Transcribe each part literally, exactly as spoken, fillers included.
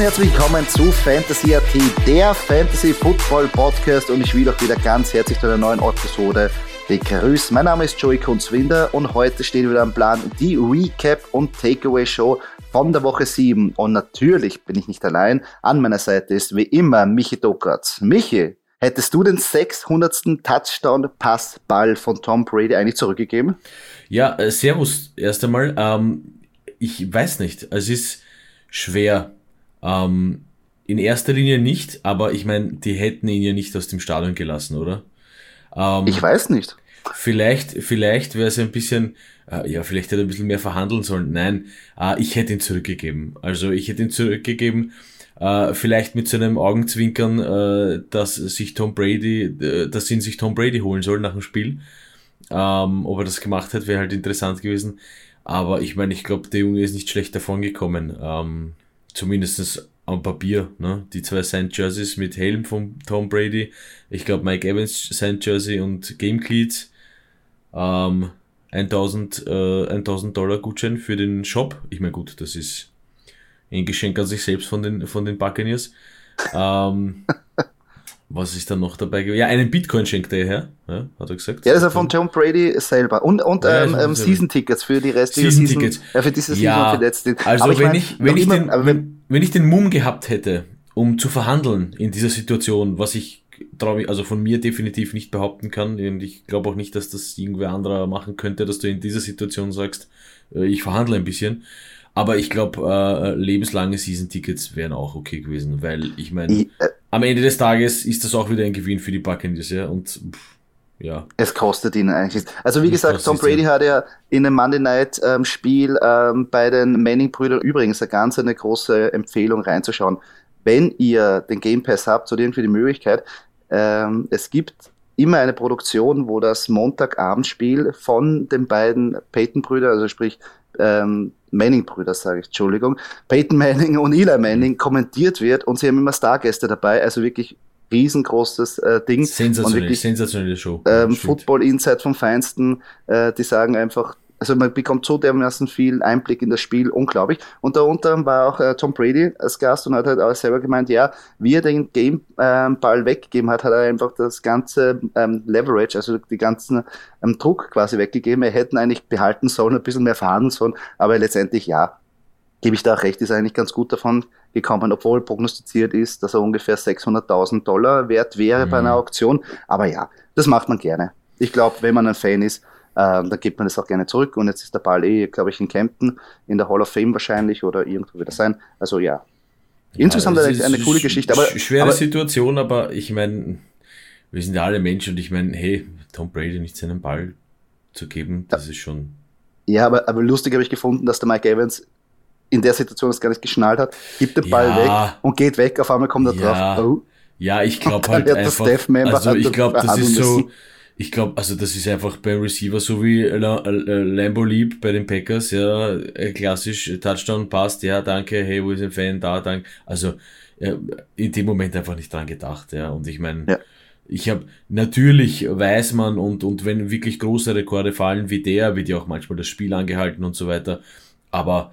herzlich willkommen zu Fantasy Punkt A T, der Fantasy Football Podcast, und ich will euch wieder ganz herzlich zu einer neuen Episode begrüßen. Mein Name ist Joey Kunzwinder und heute steht wieder am Plan die Recap und Takeaway Show von der Woche sieben. Und natürlich bin ich nicht allein. An meiner Seite ist wie immer Michi Dokratz. Michi, hättest du den sechshundertsten Touchdown-Passball von Tom Brady eigentlich zurückgegeben? Ja, äh, servus erst einmal. Ähm, ich weiß nicht, es ist schwer. Ähm, in erster Linie nicht, aber ich meine, die hätten ihn ja nicht aus dem Stadion gelassen, oder? Ähm, ich weiß nicht. Vielleicht, vielleicht wäre es ein bisschen, äh, ja, vielleicht hätte er ein bisschen mehr verhandeln sollen. Nein, äh, ich hätte ihn zurückgegeben. Also ich hätte ihn zurückgegeben, äh, vielleicht mit so einem Augenzwinkern, äh, dass sich Tom Brady, äh, dass ihn sich Tom Brady holen soll nach dem Spiel. Ähm, ob er das gemacht hat, wäre halt interessant gewesen. Aber ich meine, ich glaube, der Junge ist nicht schlecht davon gekommen. Ähm, zumindest am Papier, ne? Die zwei Saint Jerseys mit Helm von Tom Brady. Ich glaube, Mike Evans Saint Jersey und Game Cleats. Ähm, tausend Dollar Gutschein für den Shop. Ich meine, gut, das ist ein Geschenk an sich selbst von den, von den Buccaneers. Ähm, was ist dann noch dabei? Ja, einen Bitcoin schenkt er her, ja, hat er gesagt. Ja, das ist ja von Tom Brady selber. Und, und ja, ähm, ähm, Season-Tickets für die restliche Season. Season ja, für diese Season ja, und für letzte. Also aber wenn ich, ich, wenn ich immer, den, wenn, wenn, wenn ich den Mumm gehabt hätte, um zu verhandeln in dieser Situation, was ich traue, also von mir definitiv nicht behaupten kann, und ich glaube auch nicht, dass das irgendwer anderer machen könnte, dass du in dieser Situation sagst, äh, ich verhandle ein bisschen. Aber ich glaube, äh, lebenslange Season-Tickets wären auch okay gewesen, weil ich meine, äh, am Ende des Tages ist das auch wieder ein Gewinn für die Buccaneers, ja, und pff, ja. Es kostet ihn eigentlich. Also wie gesagt, Tom Brady hat ja in einem Monday Night ähm, Spiel ähm, bei den Manning-Brüdern übrigens eine ganz eine große Empfehlung reinzuschauen. Wenn ihr den Game Pass habt oder irgendwie die Möglichkeit, ähm, es gibt immer eine Produktion, wo das Montagabendspiel von den beiden Peyton-Brüdern, also sprich ähm, Manning-Brüder, sage ich, Entschuldigung, Peyton Manning und Eli Manning kommentiert wird, und sie haben immer Stargäste dabei, also wirklich riesengroßes äh, Ding. Sensationell, und wirklich, sensationelle Show. Ähm, ja, Football Insight vom Feinsten, äh, die sagen einfach, also man bekommt so dermaßen viel Einblick in das Spiel, unglaublich. Und darunter war auch äh, Tom Brady als Gast und hat halt auch selber gemeint, ja, wie er den Game-Ball ähm, weggegeben hat, hat er einfach das ganze ähm, Leverage, also die ganzen ähm, Druck quasi weggegeben. Er hätten eigentlich behalten sollen, ein bisschen mehr verhandeln sollen, aber letztendlich, ja, gebe ich da auch recht, ist eigentlich ganz gut davon gekommen, obwohl prognostiziert ist, dass er ungefähr sechshunderttausend Dollar wert wäre mhm. bei einer Auktion. Aber ja, das macht man gerne. Ich glaube, wenn man ein Fan ist, Ähm, dann gibt man das auch gerne zurück, und jetzt ist der Ball eh, glaube ich, in Kempten, in der Hall of Fame wahrscheinlich oder irgendwo wieder sein. Also ja, ja insgesamt eine, eine coole Geschichte. Aber, schwere aber, Situation, aber ich meine, wir sind ja alle Menschen, und ich meine, hey, Tom Brady nicht seinen Ball zu geben, das ja. ist schon... Ja, aber, aber lustig habe ich gefunden, dass der Mike Evans in der Situation das gar nicht geschnallt hat, gibt den Ball ja. weg und geht weg, auf einmal kommt er ja. drauf. Oh. Ja, ich glaube halt einfach, also ich glaube, das ist so... Ich glaube, also das ist einfach beim Receiver so wie Lambo Leap bei den Packers, ja, klassisch, Touchdown passt, ja, danke, hey, wo ist ein Fan, da, danke. Also ja, in dem Moment einfach nicht dran gedacht, ja, und ich meine, ja. ich habe, natürlich weiß man, und und wenn wirklich große Rekorde fallen wie der, wird ja auch manchmal das Spiel angehalten und so weiter, aber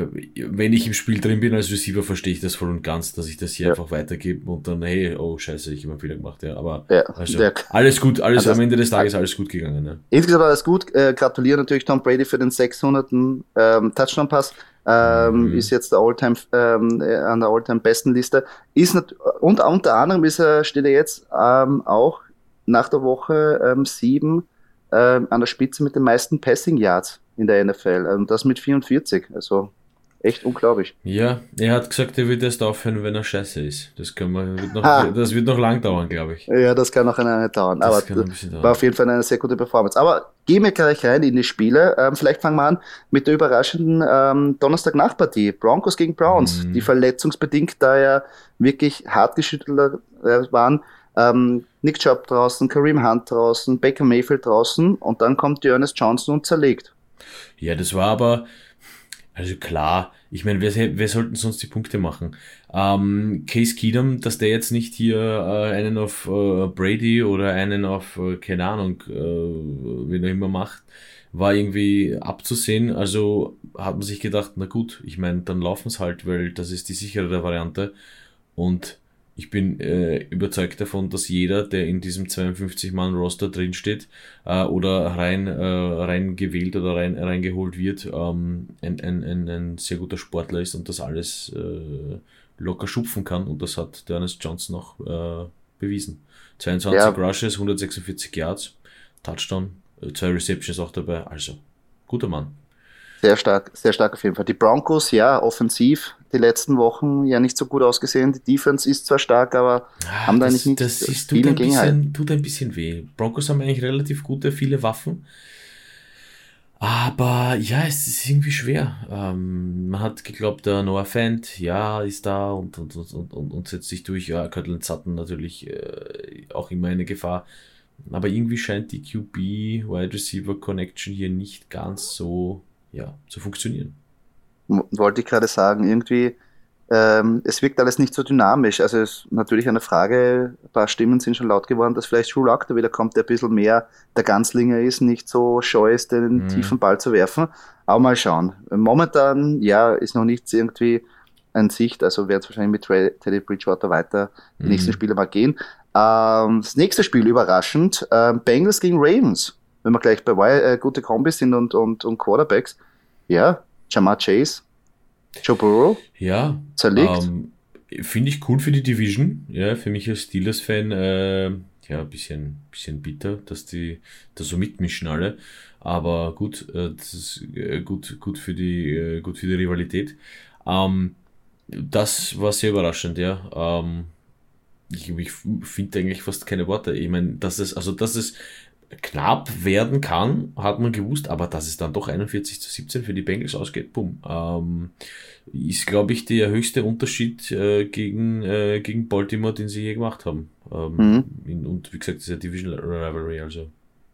wenn ich im Spiel drin bin als Receiver, verstehe ich das voll und ganz, dass ich das hier ja. einfach weitergebe und dann, hey, oh scheiße, ich habe einen Fehler gemacht, ja, aber ja, also, der, alles gut, alles also am Ende des Tages alles gut gegangen. Ja. Insgesamt alles gut, äh, gratuliere natürlich Tom Brady für den sechshunderten Ähm, Touchdown-Pass, ähm, mhm. ist jetzt der Alltime, ähm, an der Alltime-besten Liste, ist nat- und unter anderem ist er, steht er jetzt ähm, auch nach der Woche ähm, sieben ähm, an der Spitze mit den meisten Passing Yards in der N F L, und das mit vierundvierzig, also echt unglaublich. Ja, er hat gesagt, er wird erst aufhören, wenn er scheiße ist. Das kann man, wird noch, das wird noch lang dauern, glaube ich. Ja, das kann noch eine dauern. Das aber kann ein bisschen dauern. War auf jeden Fall eine sehr gute Performance. Aber gehen wir gleich rein in die Spiele. Ähm, vielleicht fangen wir an mit der überraschenden ähm, Donnerstag-Nachtpartie. Broncos gegen Browns, mhm. die verletzungsbedingt da ja wirklich hart geschüttelt äh, waren. Ähm, Nick Chubb draußen, Kareem Hunt draußen, Baker Mayfield draußen, und dann kommt Ernest Johnson und zerlegt. Ja, das war aber... Also klar, ich meine, wer, wer sollten sonst die Punkte machen? Ähm, Case Keenum, dass der jetzt nicht hier äh, einen auf äh, Brady oder einen auf, äh, keine Ahnung, äh, wen er immer macht, war irgendwie abzusehen. Also hat man sich gedacht, na gut, ich meine, dann laufen es halt, weil das ist die sichere Variante. Und ich bin äh, überzeugt davon, dass jeder, der in diesem zweiundfünfzig-Mann-Roster drinsteht äh, oder rein, äh, rein gewählt oder rein reingeholt wird, ähm, ein, ein, ein, ein sehr guter Sportler ist und das alles äh, locker schupfen kann. Und das hat Ernest Johnson auch äh, bewiesen. zweiundzwanzig Ja, Rushes, hundertsechsundvierzig Yards, Touchdown, äh, zwei Receptions auch dabei. Also, guter Mann. sehr stark, sehr stark auf jeden Fall. Die Broncos, ja, offensiv die letzten Wochen ja nicht so gut ausgesehen. Die Defense ist zwar stark, aber Ah, haben da eigentlich das, nicht das ist, viel tut ein entgegenhalten. bisschen, tut ein bisschen weh. Broncos haben eigentlich relativ gute, viele Waffen. Aber ja, es ist irgendwie schwer. Ähm, man hat geglaubt, der Noah Fant, ja, ist da und, und, und, und, und und setzt sich durch. Ja, Cortland Sutton natürlich äh, auch immer eine Gefahr. Aber irgendwie scheint die Q B-Wide Receiver Connection hier nicht ganz so, ja, zu funktionieren. M- Wollte ich gerade sagen, irgendwie, ähm, es wirkt alles nicht so dynamisch. Also es ist natürlich eine Frage, ein paar Stimmen sind schon laut geworden, dass vielleicht Drew Lock da wieder kommt, der ein bisschen mehr der Ganzlinger ist, nicht so scheu ist, den tiefen Mhm. Ball zu werfen. Aber mal schauen. Momentan, ja, ist noch nichts irgendwie in Sicht, also wird es wahrscheinlich mit Tra- Teddy Bridgewater weiter die nächsten Mhm. Spiele mal gehen. Ähm, das nächste Spiel, überraschend, ähm, Bengals gegen Ravens. Wenn wir gleich bei Wi- äh, gute Kombis sind und, und, und Quarterbacks. Ja, Jamar Chase, Joe Burrow, Ja, zerlegt. ähm, finde ich cool für die Division. Ja, für mich als Steelers-Fan, äh, ja, ein bisschen, bisschen bitter, dass die da so mitmischen alle. Aber gut, äh, das ist äh, gut, gut für die, äh, gut für die Rivalität. Ähm, Das war sehr überraschend, ja. Ähm, ich ich finde eigentlich fast keine Worte. Ich meine, dass es, also dass es knapp werden kann, hat man gewusst, aber dass es dann doch einundvierzig zu siebzehn für die Bengals ausgeht, bumm. Ähm, ist, glaube ich, der höchste Unterschied äh, gegen, äh, gegen Baltimore, den sie je gemacht haben. Ähm, Mhm. in, und wie gesagt, dieser Division Rivalry, also.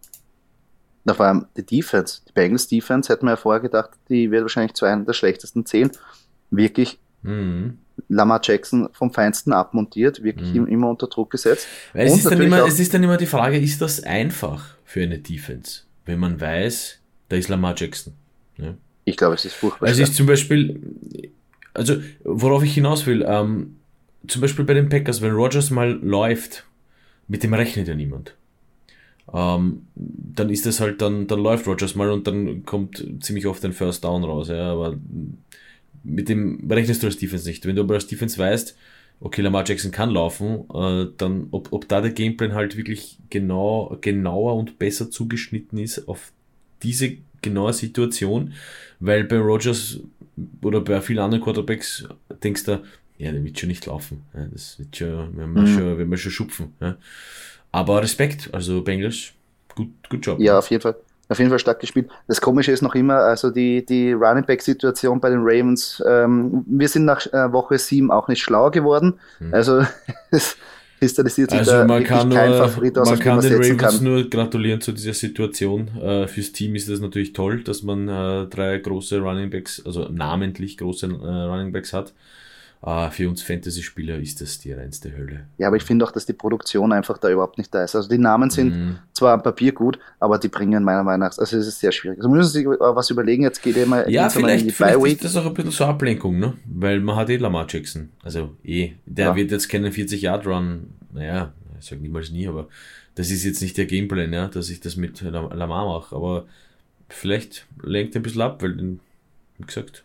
Na, vor allem die Defense, die Bengals Defense, hätten wir ja vorher gedacht, die wird wahrscheinlich zu einer der schlechtesten zehn. Wirklich Mhm. Lamar Jackson vom Feinsten abmontiert, wirklich ihm Mhm. immer unter Druck gesetzt. Weil es Und ist dann natürlich immer, auch, es ist dann immer die Frage, ist das einfach für eine Defense, wenn man weiß, da ist Lamar Jackson. Ja. ich glaube, es ist furchtbar Also schwer. ich zum Beispiel, also worauf ich hinaus will, ähm, zum Beispiel bei den Packers, wenn Rodgers mal läuft, mit dem rechnet ja niemand. Ähm, dann ist das halt, dann, dann läuft Rodgers mal und dann kommt ziemlich oft ein First Down raus, ja, aber mit dem rechnest du als Defense nicht. Wenn du aber als Defense weißt, okay, Lamar Jackson kann laufen, äh, dann, ob, ob da der Gameplan halt wirklich genau, genauer und besser zugeschnitten ist auf diese genaue Situation, weil bei Rodgers oder bei vielen anderen Quarterbacks denkst du, ja, der wird schon nicht laufen. Ja, das wird schon, werden wir Mhm. schon, werden wir schon schupfen. Ja. Aber Respekt, also Bengals, gut, gut Job. Ja, Ja. auf jeden Fall. Auf jeden Fall stark gespielt. Das Komische ist noch immer, also die, die Running Back-Situation bei den Ravens. Ähm, wir sind nach äh, Woche sieben auch nicht schlauer geworden. Hm. Also es kristallisiert sich Also da man wirklich kann kein nur, Favorit aus, man auf den man kann den setzen Ravens kann. nur gratulieren zu dieser Situation. Äh, fürs Team ist das natürlich toll, dass man äh, drei große Running Backs, also namentlich große äh, Running Backs hat. Äh, für uns Fantasy-Spieler ist das die reinste Hölle. Ja, aber ich finde auch, dass die Produktion einfach da überhaupt nicht da ist. Also die Namen sind Mhm. zwar am Papier gut, aber die bringen meiner Meinung nach, also es ist sehr schwierig. Also müssen Sie sich äh, was überlegen, jetzt geht immer, Ja, geht's einmal in vielleicht, die vielleicht ist Bye-Week. das auch ein bisschen so Ablenkung, ne? Weil man hat eh Lamar Jackson. Also eh, der Ja. wird jetzt keinen vierzig-Yard-Run, naja, ich sag niemals nie, aber das ist jetzt nicht der Gameplan, ja, dass ich das mit Lam- Lamar mache. Aber vielleicht lenkt er ein bisschen ab, weil, wie gesagt,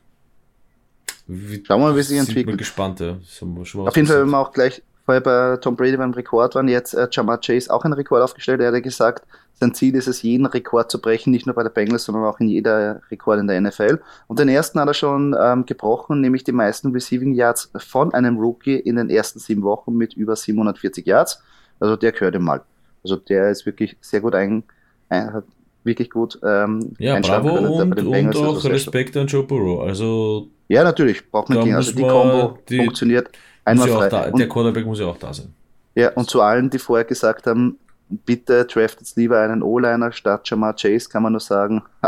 wie, Schauen wir mal, wie es sich sind wir entwickelt. gespannt, ja. Das haben wir schon mal Auf jeden Fall, wenn ausgesagt. wir auch gleich vorher bei Tom Brady beim Rekord waren, jetzt äh, Jamar Chase auch einen Rekord aufgestellt. Er hat ja gesagt, sein Ziel ist es, jeden Rekord zu brechen, nicht nur bei der Bengals, sondern auch in jeder Rekord in der N F L. Und den ersten hat er schon ähm, gebrochen, nämlich die meisten Receiving Yards von einem Rookie in den ersten sieben Wochen mit über siebenhundertvierzig Yards. Also der gehört ihm mal. Also der ist wirklich sehr gut ein, ein hat wirklich gut ähm, Ja, einschlagen bravo können da bei und, den und Bengals. Also auch sehr stark. Respekt an Joe Burrow. Also Ja, natürlich, braucht man da gehen. Also muss die man, Combo die funktioniert muss ja auch einwandfrei. da, der Und Quarterback muss ja auch da sein. ja, und zu allen, die vorher gesagt haben, bitte draftet lieber einen O-Liner statt Jamar Chase, kann man nur sagen, ha,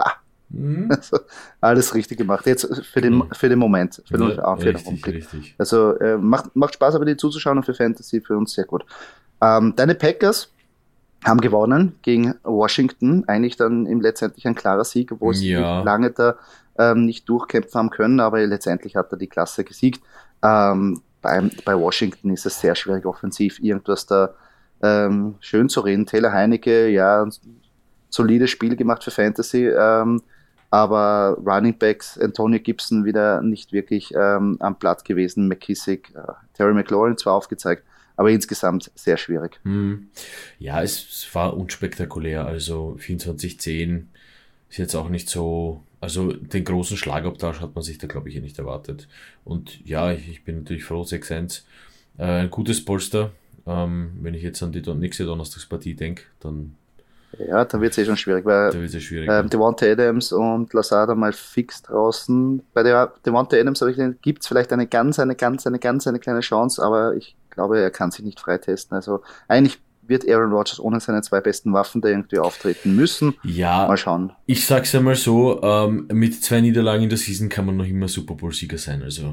Mhm. Also, alles richtig gemacht. Jetzt für den, Genau. für den Moment. Für den, Ja, ah, für den richtig, Augenblick. richtig. Also äh, macht, macht Spaß, aber die zuzuschauen und für Fantasy für uns sehr gut. Ähm, deine Packers haben gewonnen gegen Washington. Eigentlich dann im letztendlich ein klarer Sieg, obwohl sie sich Ja, lange da ähm, nicht durchkämpfen haben können, aber letztendlich hat er die Klasse gesiegt. Ähm, bei, bei Washington ist es sehr schwierig, offensiv irgendwas da ähm, schön zu reden. Taylor Heinecke, ja, ein solides Spiel gemacht für Fantasy, ähm, aber Running Backs, Antonio Gibson wieder nicht wirklich ähm, am Platz gewesen, McKissick, äh, Terry McLaurin zwar aufgezeigt, aber insgesamt sehr schwierig. hm. Ja, es, es war unspektakulär. Also vierundzwanzig zehn ist jetzt auch nicht so. Also den großen Schlagabtausch hat man sich da, glaube ich, eh nicht erwartet. Und ja, ich, ich bin natürlich froh, sechs eins. Äh, ein gutes Polster. Ähm, wenn ich jetzt an die Don nächste Donnerstagspartie denke, dann Ja, dann wird es eh schon schwierig, weil da wird es ja schwieriger. ähm, Devonta Adams und Lazada mal fix draußen. Bei der Devonta Adams habe ich den, gibt es vielleicht eine ganz, eine ganz, eine ganz, eine kleine Chance, aber ich glaube, er kann sich nicht freitesten. Also eigentlich wird Aaron Rodgers ohne seine zwei besten Waffen da irgendwie auftreten müssen. Mal Ja, schauen. ich sag's einmal so, ähm, mit zwei Niederlagen in der Season kann man noch immer Super Bowl-Sieger sein. Also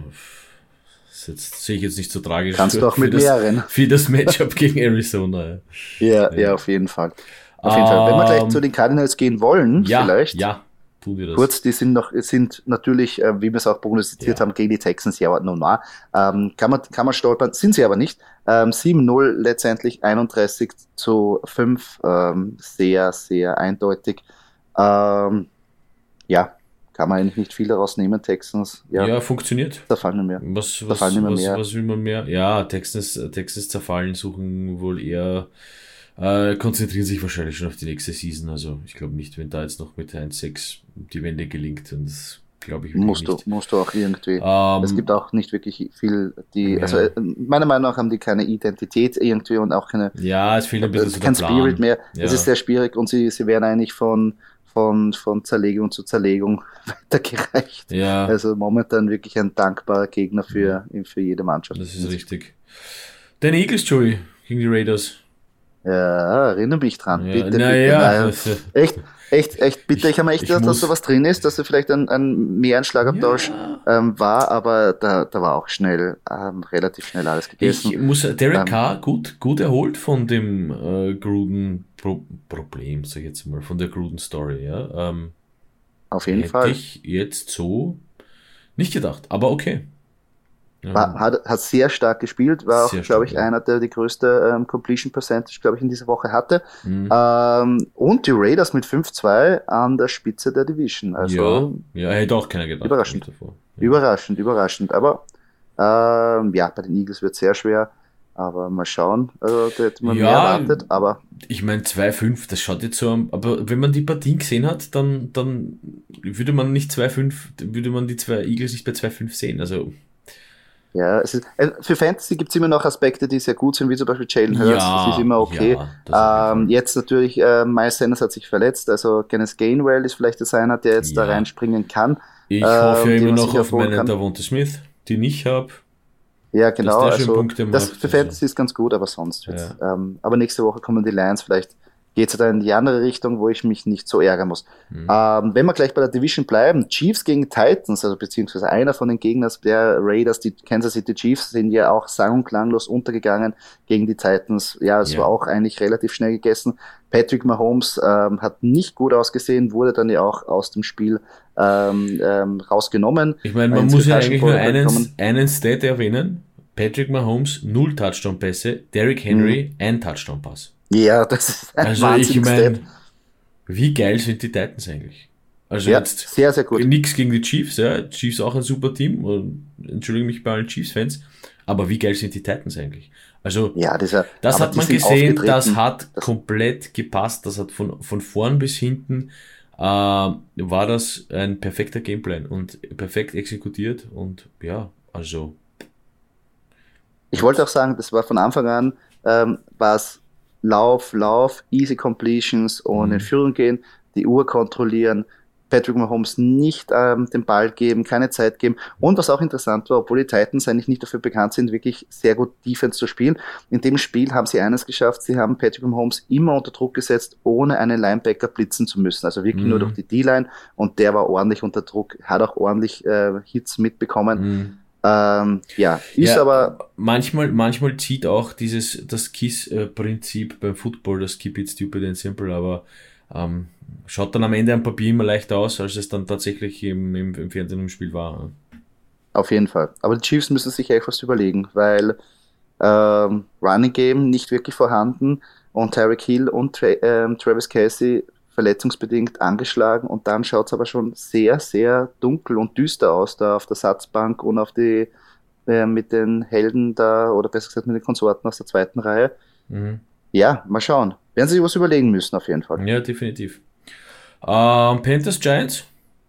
das jetzt, sehe ich jetzt nicht so tragisch Kannst du für, auch für, mit das, mehreren. für das Matchup gegen Arizona. Ja, Ja, ja, ja. auf jeden Fall. Auf jeden Fall. Wenn wir gleich zu Ähm, den Cardinals gehen wollen, ja, vielleicht. ja, tun wir das. Kurz, die sind noch, sind natürlich, äh, wie wir es auch prognostiziert Ja. haben, gegen die Texans ja nun mal. Ähm, kann man, kann man stolpern, sind sie aber nicht. Ähm, sieben null letztendlich, einunddreißig zu fünf, ähm, sehr, sehr eindeutig. Ähm, ja, kann man eigentlich nicht viel daraus nehmen, Texans. Ja, Ja, funktioniert. da fallen nicht mehr. Was, Da fallen was, nicht mehr was, mehr. was will man mehr? Ja, Texans, Texans zerfallen, suchen wohl eher, äh, konzentrieren sich wahrscheinlich schon auf die nächste Season. Also ich glaube nicht, wenn da jetzt noch mit eins sechs die Wende gelingt. Und das glaube ich wirklich Musst du, nicht. musst du auch irgendwie. Es gibt Ähm, auch nicht wirklich viel, die, also ja. äh, meiner Meinung nach haben die keine Identität irgendwie und auch keine, Ja, es fehlt ein bisschen äh, so der kein Spirit Plan. mehr. Es ist Ja. sehr schwierig und sie, sie werden eigentlich von, von, von Zerlegung zu Zerlegung weitergereicht. Ja, Also momentan wirklich ein dankbarer Gegner ja, für, für jede Mannschaft. das ist richtig. Deine Eagles, Joey, gegen die Raiders. Ja, erinnere mich dran. Ja, Bitte, bitte. naja, Naja, das, äh, echt, echt, echt, bitte. Ich ich, habe echt ich gedacht, dass da muss. was drin ist, dass da vielleicht ein, ein mehr ein Schlagabtausch Ja. ähm, war, aber da, da war auch schnell, ähm, relativ schnell alles gegessen. Ich muss, Derek Ähm, Carr gut, gut erholt von dem äh, Gruden-Problem, sag ich jetzt mal, von der Gruden-Story, ja. Ähm, auf jeden hätte Fall. ich jetzt so nicht gedacht, aber okay. War, Ähm, hat, hat sehr stark gespielt, war auch, sehr glaube stark, ich, ja. einer, der die größte ähm, Completion Percentage, glaube ich, in dieser Woche hatte. Hm. Ähm, und die Raiders mit fünf zwei an der Spitze der Division. Ja, Also ja, hätte auch keiner gedacht, glaube ich, überraschend. davor. Ja. Überraschend, überraschend. Aber ähm, ja, bei den Eagles wird sehr schwer. Aber mal schauen. Also, da hätte man mehr Ja, erwartet. Aber ich meine zwei fünf, das schaut jetzt so, am- aber wenn man die Partien gesehen hat, dann, dann würde man nicht zwei fünf, würde man die zwei Eagles nicht bei zwei fünf sehen. Also, ja, es ist, äh, für Fantasy gibt es immer noch Aspekte, die sehr gut sind, wie zum Beispiel Jalen Hurts. Das ist ja, immer okay. ja, das auf jeden Ähm, Fall. jetzt natürlich, äh, Miles Sanders hat sich verletzt. Also Kenneth Gainwell ist vielleicht das einer, der jetzt da Ja. reinspringen kann, Ich hoffe ja ähm, den immer man noch sich auf erholen meinen kann. Davonta Smith, den ich habe, Ja, dass genau. der schön Also Punkte das macht. für Also, Fantasy ist ganz gut, aber sonst wird's. ja. Ähm, aber nächste Woche kommen die Lions. Vielleicht geht es dann in die andere Richtung, wo ich mich nicht so ärgern muss. Hm. Ähm, wenn wir gleich bei der Division bleiben, Chiefs gegen Titans, also beziehungsweise einer von den Gegnern der Raiders, die Kansas City Chiefs, sind ja auch sang- und klanglos untergegangen gegen die Titans. Ja, es war Ja. auch eigentlich relativ schnell gegessen. Patrick Mahomes ähm, hat nicht gut ausgesehen, wurde dann ja auch aus dem Spiel ähm, ähm, rausgenommen. Ich meine, man Ins muss ja eigentlich nur Concussion einen, bekommen. einen Stat erwähnen. Patrick Mahomes, null Touchdown-Pässe, Derrick Henry, ein Touchdown-Pass. Ja, das ist ein Also ich Wahnsinns-Stat. meine, wie geil sind die Titans eigentlich? Also Ja, jetzt sehr, sehr gut. nix gegen die Chiefs, ja. Chiefs auch ein super Team. Und entschuldige mich bei allen Chiefs-Fans. Aber wie geil sind die Titans eigentlich? Also, Ja, dieser, das aber hat die man sind gesehen, das aufgetreten. hat Das, komplett gepasst. Das hat von, von vorn bis hinten äh, war das ein perfekter Gameplan und perfekt exekutiert. Und ja, also ich wollte auch sagen, das war von Anfang an, ähm, war es Lauf, Lauf, easy completions und in mh, Führung gehen, die Uhr kontrollieren, Patrick Mahomes nicht ähm, den Ball geben, keine Zeit geben. Und was auch interessant war, obwohl die Titans eigentlich nicht dafür bekannt sind, wirklich sehr gut Defense zu spielen, in dem Spiel haben sie eines geschafft, sie haben Patrick Mahomes immer unter Druck gesetzt, ohne einen Linebacker blitzen zu müssen. Also wirklich mhm. nur durch die D-Line, und der war ordentlich unter Druck, hat auch ordentlich äh, Hits mitbekommen. Mhm. Ähm, ja, ist ja, aber... Manchmal, manchmal zieht auch dieses, das KISS-Prinzip beim Football, das Keep it stupid and simple, aber ähm, schaut dann am Ende am Papier immer leichter aus, als es dann tatsächlich im, im, im Fernsehen im Spiel war. Auf jeden Fall. Aber die Chiefs müssen sich echt was überlegen, weil ähm, Running Game nicht wirklich vorhanden und Tyreek Hill und Tra- ähm, Travis Kelce verletzungsbedingt angeschlagen, und dann schaut es aber schon sehr, sehr dunkel und düster aus da auf der Satzbank und auf die äh, mit den Helden da, oder besser gesagt mit den Konsorten aus der zweiten Reihe. Mhm. Ja, mal schauen. Werden sie sich was überlegen müssen, auf jeden Fall. Ja, definitiv. Ähm, Panthers Giants?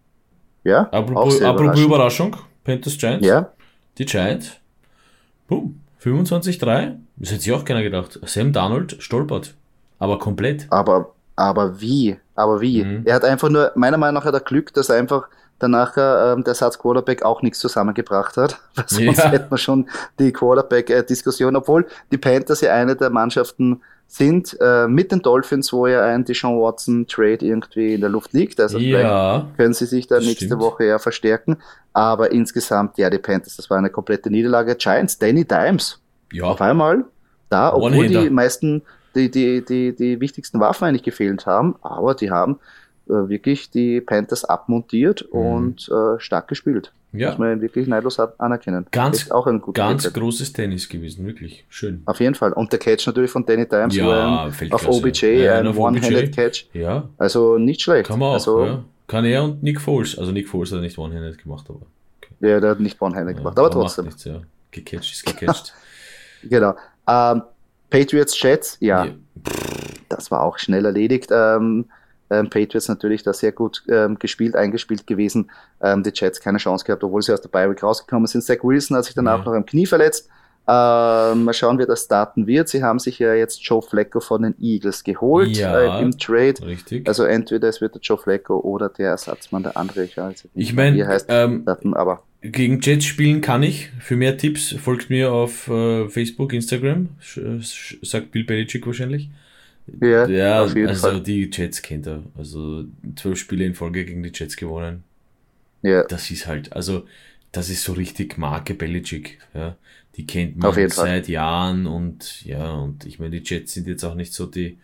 Ja, apropos, apropos Überraschung. Panthers Giants? Ja. Die Giants? Boom, fünfundzwanzig drei. Das hätte sich auch keiner gedacht. Sam Darnold stolpert. Aber komplett. Aber Aber wie? Aber wie? Mhm. Er hat einfach nur, meiner Meinung nach hat er Glück, dass er einfach danach ähm, der Ersatz-Quarterback auch nichts zusammengebracht hat. Sonst ja. hätte man schon die Quarterback-Diskussion, obwohl die Panthers ja eine der Mannschaften sind, äh, mit den Dolphins, wo ja ein Deshaun Watson-Trade irgendwie in der Luft liegt. Also ja, vielleicht können sie sich da nächste stimmt. Woche ja verstärken. Aber insgesamt, ja, die Panthers, das war eine komplette Niederlage. Giants, Danny Dimes. Ja. Auf einmal da, obwohl die meisten Die, die, die, die wichtigsten Waffen eigentlich gefehlt haben, aber die haben äh, wirklich die Panthers abmontiert mhm. und äh, stark gespielt. Ja. Muss man wirklich neidlos anerkennen. Ganz, auch ein ganz großes Tennis gewesen, wirklich schön. Auf jeden Fall. Und der Catch natürlich von Danny Dimes, ja, auf O B J, ja, ein One-Handed Catch. Ja. Also nicht schlecht. Kann man auch, also, ja. Kann er und Nick Foles. Also Nick Foles hat nicht One-Handed gemacht, aber okay. Ja, der hat nicht One-Handed ja, gemacht, aber trotzdem. Nichts, ja. Gecatcht ist gecatcht. Genau. Ähm, Patriots Jets, ja, ja, das war auch schnell erledigt. Ähm, ähm, Patriots natürlich da sehr gut ähm, gespielt, eingespielt gewesen. Ähm, die Jets keine Chance gehabt, obwohl sie aus der Bye-Week rausgekommen sind. Zach Wilson hat sich danach ja. noch am Knie verletzt. Ähm, mal schauen, wie das starten wird. Sie haben sich ja jetzt Joe Flacco von den Eagles geholt ja, äh, im Trade. Richtig. Also entweder es wird der Joe Flacco oder der Ersatzmann, der andere. Ich, weiß nicht, ich meine, ähm, aber gegen Jets spielen kann ich. Für mehr Tipps folgt mir auf äh, Facebook, Instagram. Sch- sagt Bill Belichick wahrscheinlich. Ja, ja auf jeden also Fall. Die Jets kennt er. Also zwölf Spiele in Folge gegen die Jets gewonnen. Ja. Das ist halt, also das ist so richtig Marke Belichick. Ja. Die kennt man seit Fall. Jahren und ja, und ich meine, die Jets sind jetzt auch nicht so die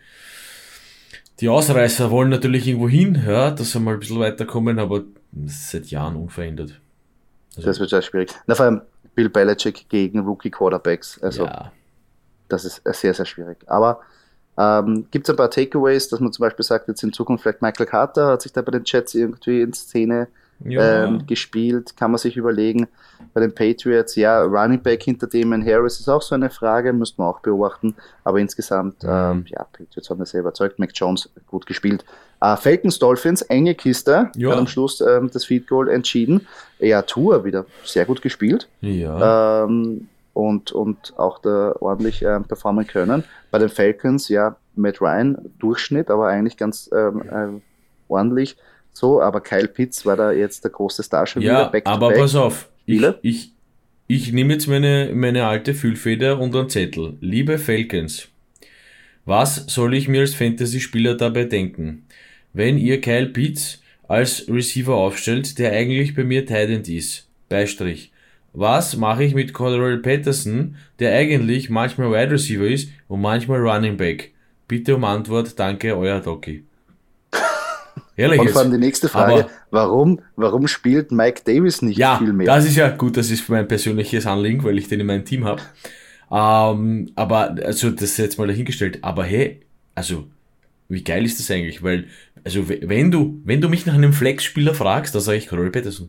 die Ausreißer, wollen natürlich irgendwo hin, ja, dass sie mal ein bisschen weiterkommen, aber seit Jahren unverändert. Also, das wird sehr schwierig. Na, vor allem Bill Belichick gegen Rookie-Quarterbacks. Also ja. Das ist sehr, sehr schwierig. Aber ähm, gibt es ein paar Takeaways, dass man zum Beispiel sagt, jetzt in Zukunft vielleicht Michael Carter hat sich da bei den Jets irgendwie in Szene ja. ähm, gespielt, kann man sich überlegen. Bei den Patriots, ja, Running Back hinter Damon Harris ist auch so eine Frage, müsste man auch beobachten. Aber insgesamt, mhm. ähm, ja, Patriots haben das sehr überzeugt. Mac Jones gut gespielt. Äh, Falcons, Dolphins, enge Kiste, ja. hat am Schluss ähm, das Field Goal entschieden. Ja, Tua wieder sehr gut gespielt. Ja. Ähm, und, und auch da ordentlich ähm, performen können. Bei den Falcons, ja, Matt Ryan, Durchschnitt, aber eigentlich ganz ähm, äh, ordentlich so, aber Kyle Pitts war da jetzt der große Star schon ja, wieder. Back aber back. Pass auf, ich, ich, ich nehme jetzt meine, meine alte Füllfeder und einen Zettel. Liebe Falcons, was soll ich mir als Fantasy-Spieler dabei denken, wenn ihr Kyle Pitts als Receiver aufstellt, der eigentlich bei mir Tight End ist? Beistrich. Was mache ich mit Cordell Patterson, der eigentlich manchmal Wide Receiver ist und manchmal Running Back? Bitte um Antwort, danke, euer Doki. Ehrlich und jetzt. vor allem die nächste Frage, aber, warum, warum spielt Mike Davis nicht ja, viel mehr? Ja, das ist ja gut, das ist mein persönliches Anliegen, weil ich den in meinem Team habe. Ähm, aber, also das ist jetzt mal dahingestellt, aber hey, also wie geil ist das eigentlich? Weil, also wenn du, wenn du mich nach einem Flex-Spieler fragst, dann sage ich Cordell Patterson.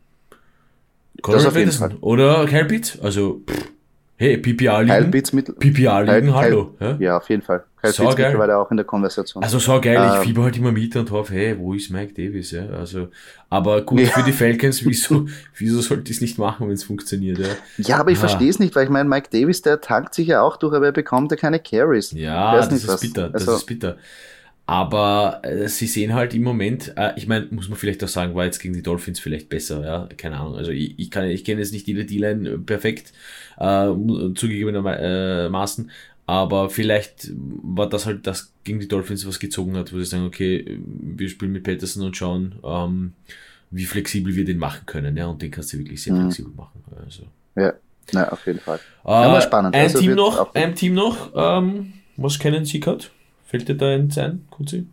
Cordell Patterson oder Kyle Pitts, also pff, hey, P P R-Ligen, P P R-Ligen, hallo. Ja? ja, auf jeden Fall. Kyle so Pitts geil. mittlerweile auch in der Konversation. Also so geil, ähm, ich fieber halt immer mit und hoffe, hey, wo ist Mike Davis? Ja? Also, aber gut, ja. für die Falcons, wieso, wieso sollte ich es nicht machen, wenn es funktioniert? Ja, ja aber ich ah. verstehe es nicht, weil ich meine, Mike Davis, der tankt sich ja auch durch, aber er bekommt ja keine Carries. Ja, das nicht, ist was. bitter, das also, ist bitter. Aber äh, sie sehen halt im Moment, äh, ich meine, muss man vielleicht auch sagen, war jetzt gegen die Dolphins vielleicht besser, ja, keine Ahnung. Also ich, ich kann, ich kenne jetzt nicht jede D-Line perfekt, äh, zugegebenermaßen, aber vielleicht war das halt das gegen die Dolphins, was gezogen hat, wo sie sagen, okay, wir spielen mit Patterson und schauen, ähm, wie flexibel wir den machen können, ja, und den kannst du wirklich sehr mhm. flexibel machen. Also. Ja, na, auf jeden Fall. Äh, ja, spannend. Ein also Team noch, ein Team noch, ähm, was kennen Sie gerade? Fällt dir da eins ein, Kunzi?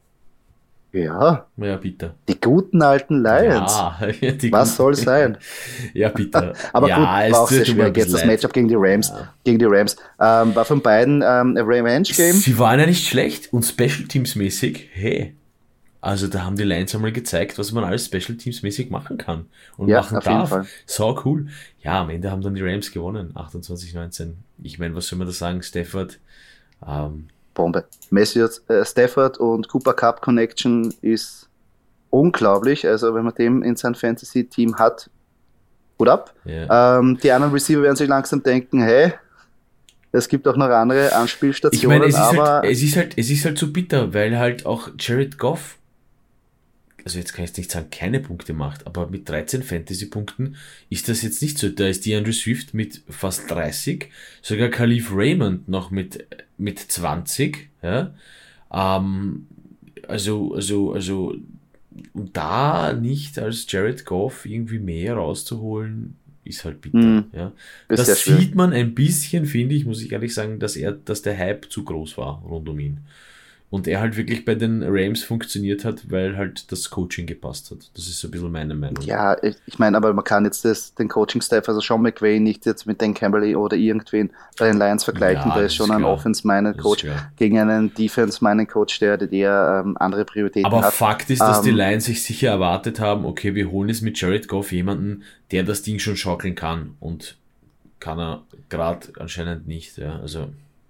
Ja. Ja, bitte. Die guten alten Lions. Ja, die was soll sein? Ja, bitte. Aber ja, gut, war auch sehr schwierig. Jetzt das Matchup gegen die Rams. Ja. Gegen die Rams. Ähm, war von beiden ähm, ein Revenge-Game. Sie waren ja nicht schlecht und Special Teams-mäßig, hey. Also da haben die Lions einmal gezeigt, was man alles Special Teams-mäßig machen kann und ja, machen darf. So cool. Ja, am Ende haben dann die Rams gewonnen, achtundzwanzig neunzehn. Ich meine, was soll man da sagen? Stafford, ähm, Bombe. Matthew äh, Stafford und Cooper Cup Connection ist unglaublich. Also wenn man den in sein Fantasy-Team hat, gut ab. Yeah. Ähm, die anderen Receiver werden sich langsam denken, hey, es gibt auch noch andere Anspielstationen. Ich meine, es ist, aber halt, es ist halt, es ist halt so bitter, weil halt auch Jared Goff, also jetzt kann ich nicht sagen, keine Punkte macht, aber mit dreizehn Fantasy-Punkten ist das jetzt nicht so. Da ist DeAndre Swift mit fast dreißig, sogar Khalif Raymond noch mit, mit zwanzig, ja. Ähm, also, also, also, und da nicht als Jared Goff irgendwie mehr rauszuholen, ist halt bitter, mm, ja. Das sieht man ein bisschen, finde ich, muss ich ehrlich sagen, dass er, dass der Hype zu groß war rund um ihn. Und er halt wirklich bei den Rams funktioniert hat, weil halt das Coaching gepasst hat. Das ist so ein bisschen meine Meinung. Ja, ich, ich meine, aber man kann jetzt das, den Coaching-Staff, also Sean McVay, nicht jetzt mit Dan Campbell oder irgendwen bei den Lions vergleichen. Ja, da ist schon ist ein klar. Offense-Minded-Coach gegen einen Defense-Minded-Coach, der hat eher ähm, andere Prioritäten aber hat. Aber Fakt ist, dass ähm, die Lions sich sicher erwartet haben, okay, wir holen jetzt mit Jared Goff jemanden, der das Ding schon schaukeln kann. Und kann er gerade anscheinend nicht. Ja, also...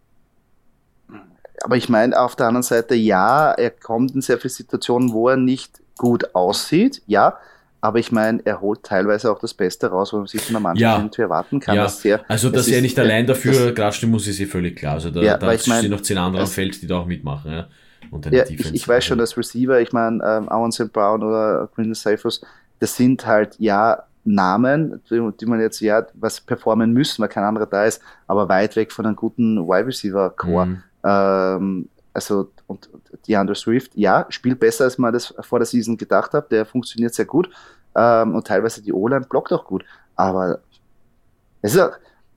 Aber ich meine, auf der anderen Seite, ja, er kommt in sehr viele Situationen, wo er nicht gut aussieht, ja, aber ich meine, er holt teilweise auch das Beste raus, was man sich von der Mannschaft ja. irgendwie erwarten kann. Ja. Das sehr, also, dass er nicht allein dafür gratschen muss, ist eh völlig klar. Also, da, ja, da ich mein, stehen noch zehn andere am Feld, die da auch mitmachen. Ja, und ja ich, ich weiß schon, dass Receiver, ich meine, ähm, Owen Saint Brown oder Quinton Cephus, das sind halt, ja, Namen, die, die man jetzt, ja, was performen müssen, weil kein anderer da ist, aber weit weg von einem guten Wide Receiver Core. Mhm. Ähm, also und DeAndre Swift, ja, spielt besser, als man das vor der Season gedacht hat. Der funktioniert sehr gut ähm, und teilweise die O-Line blockt auch gut. Aber es ist auch,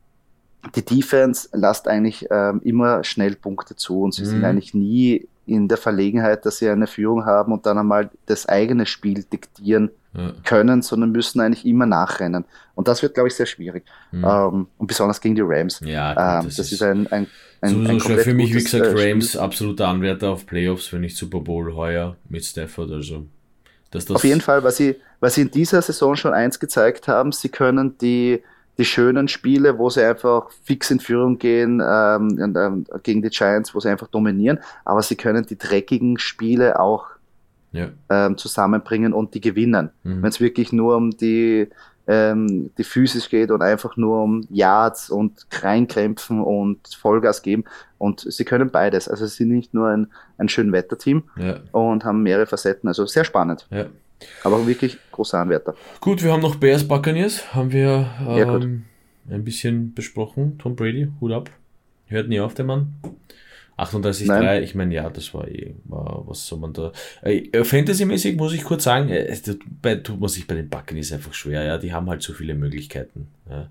die Defense lasst eigentlich ähm, immer schnell Punkte zu und sie mhm. sind eigentlich nie in der Verlegenheit, dass sie eine Führung haben und dann einmal das eigene Spiel diktieren ja. können, sondern müssen eigentlich immer nachrennen. Und das wird, glaube ich, sehr schwierig. Mhm. Ähm, und besonders gegen die Rams. Ja, gut, das, ähm, das ist, ist ein, ein, ein, so, ein so schwer für mich, wie gesagt, äh, Rams absoluter Anwärter auf Playoffs, wenn nicht Super Bowl heuer mit Stafford. Also, dass das auf jeden Fall, weil sie, weil sie in dieser Saison schon eins gezeigt haben, sie können die die schönen Spiele, wo sie einfach fix in Führung gehen ähm, und, ähm, gegen die Giants, wo sie einfach dominieren, aber sie können die dreckigen Spiele auch ja. ähm, zusammenbringen und die gewinnen. Mhm. Wenn es wirklich nur um die, ähm, die Physis geht und einfach nur um Yards und reinkrämpfen und Vollgas geben und sie können beides. Also sie sind nicht nur ein, ein schön Wetterteam ja. und haben mehrere Facetten, also sehr spannend. Ja. Aber wirklich großer Anwärter. Gut, wir haben noch Bears Buccaneers, haben wir ähm, ja, ein bisschen besprochen. Tom Brady, Hut ab. Hört nie auf, der Mann. achtunddreißig drei, ich meine, ja, das war eh, war, was soll man da. Äh, Fantasy-mäßig muss ich kurz sagen, äh, bei, tut man sich bei den Buccaneers einfach schwer, ja, die haben halt so viele Möglichkeiten. Ja.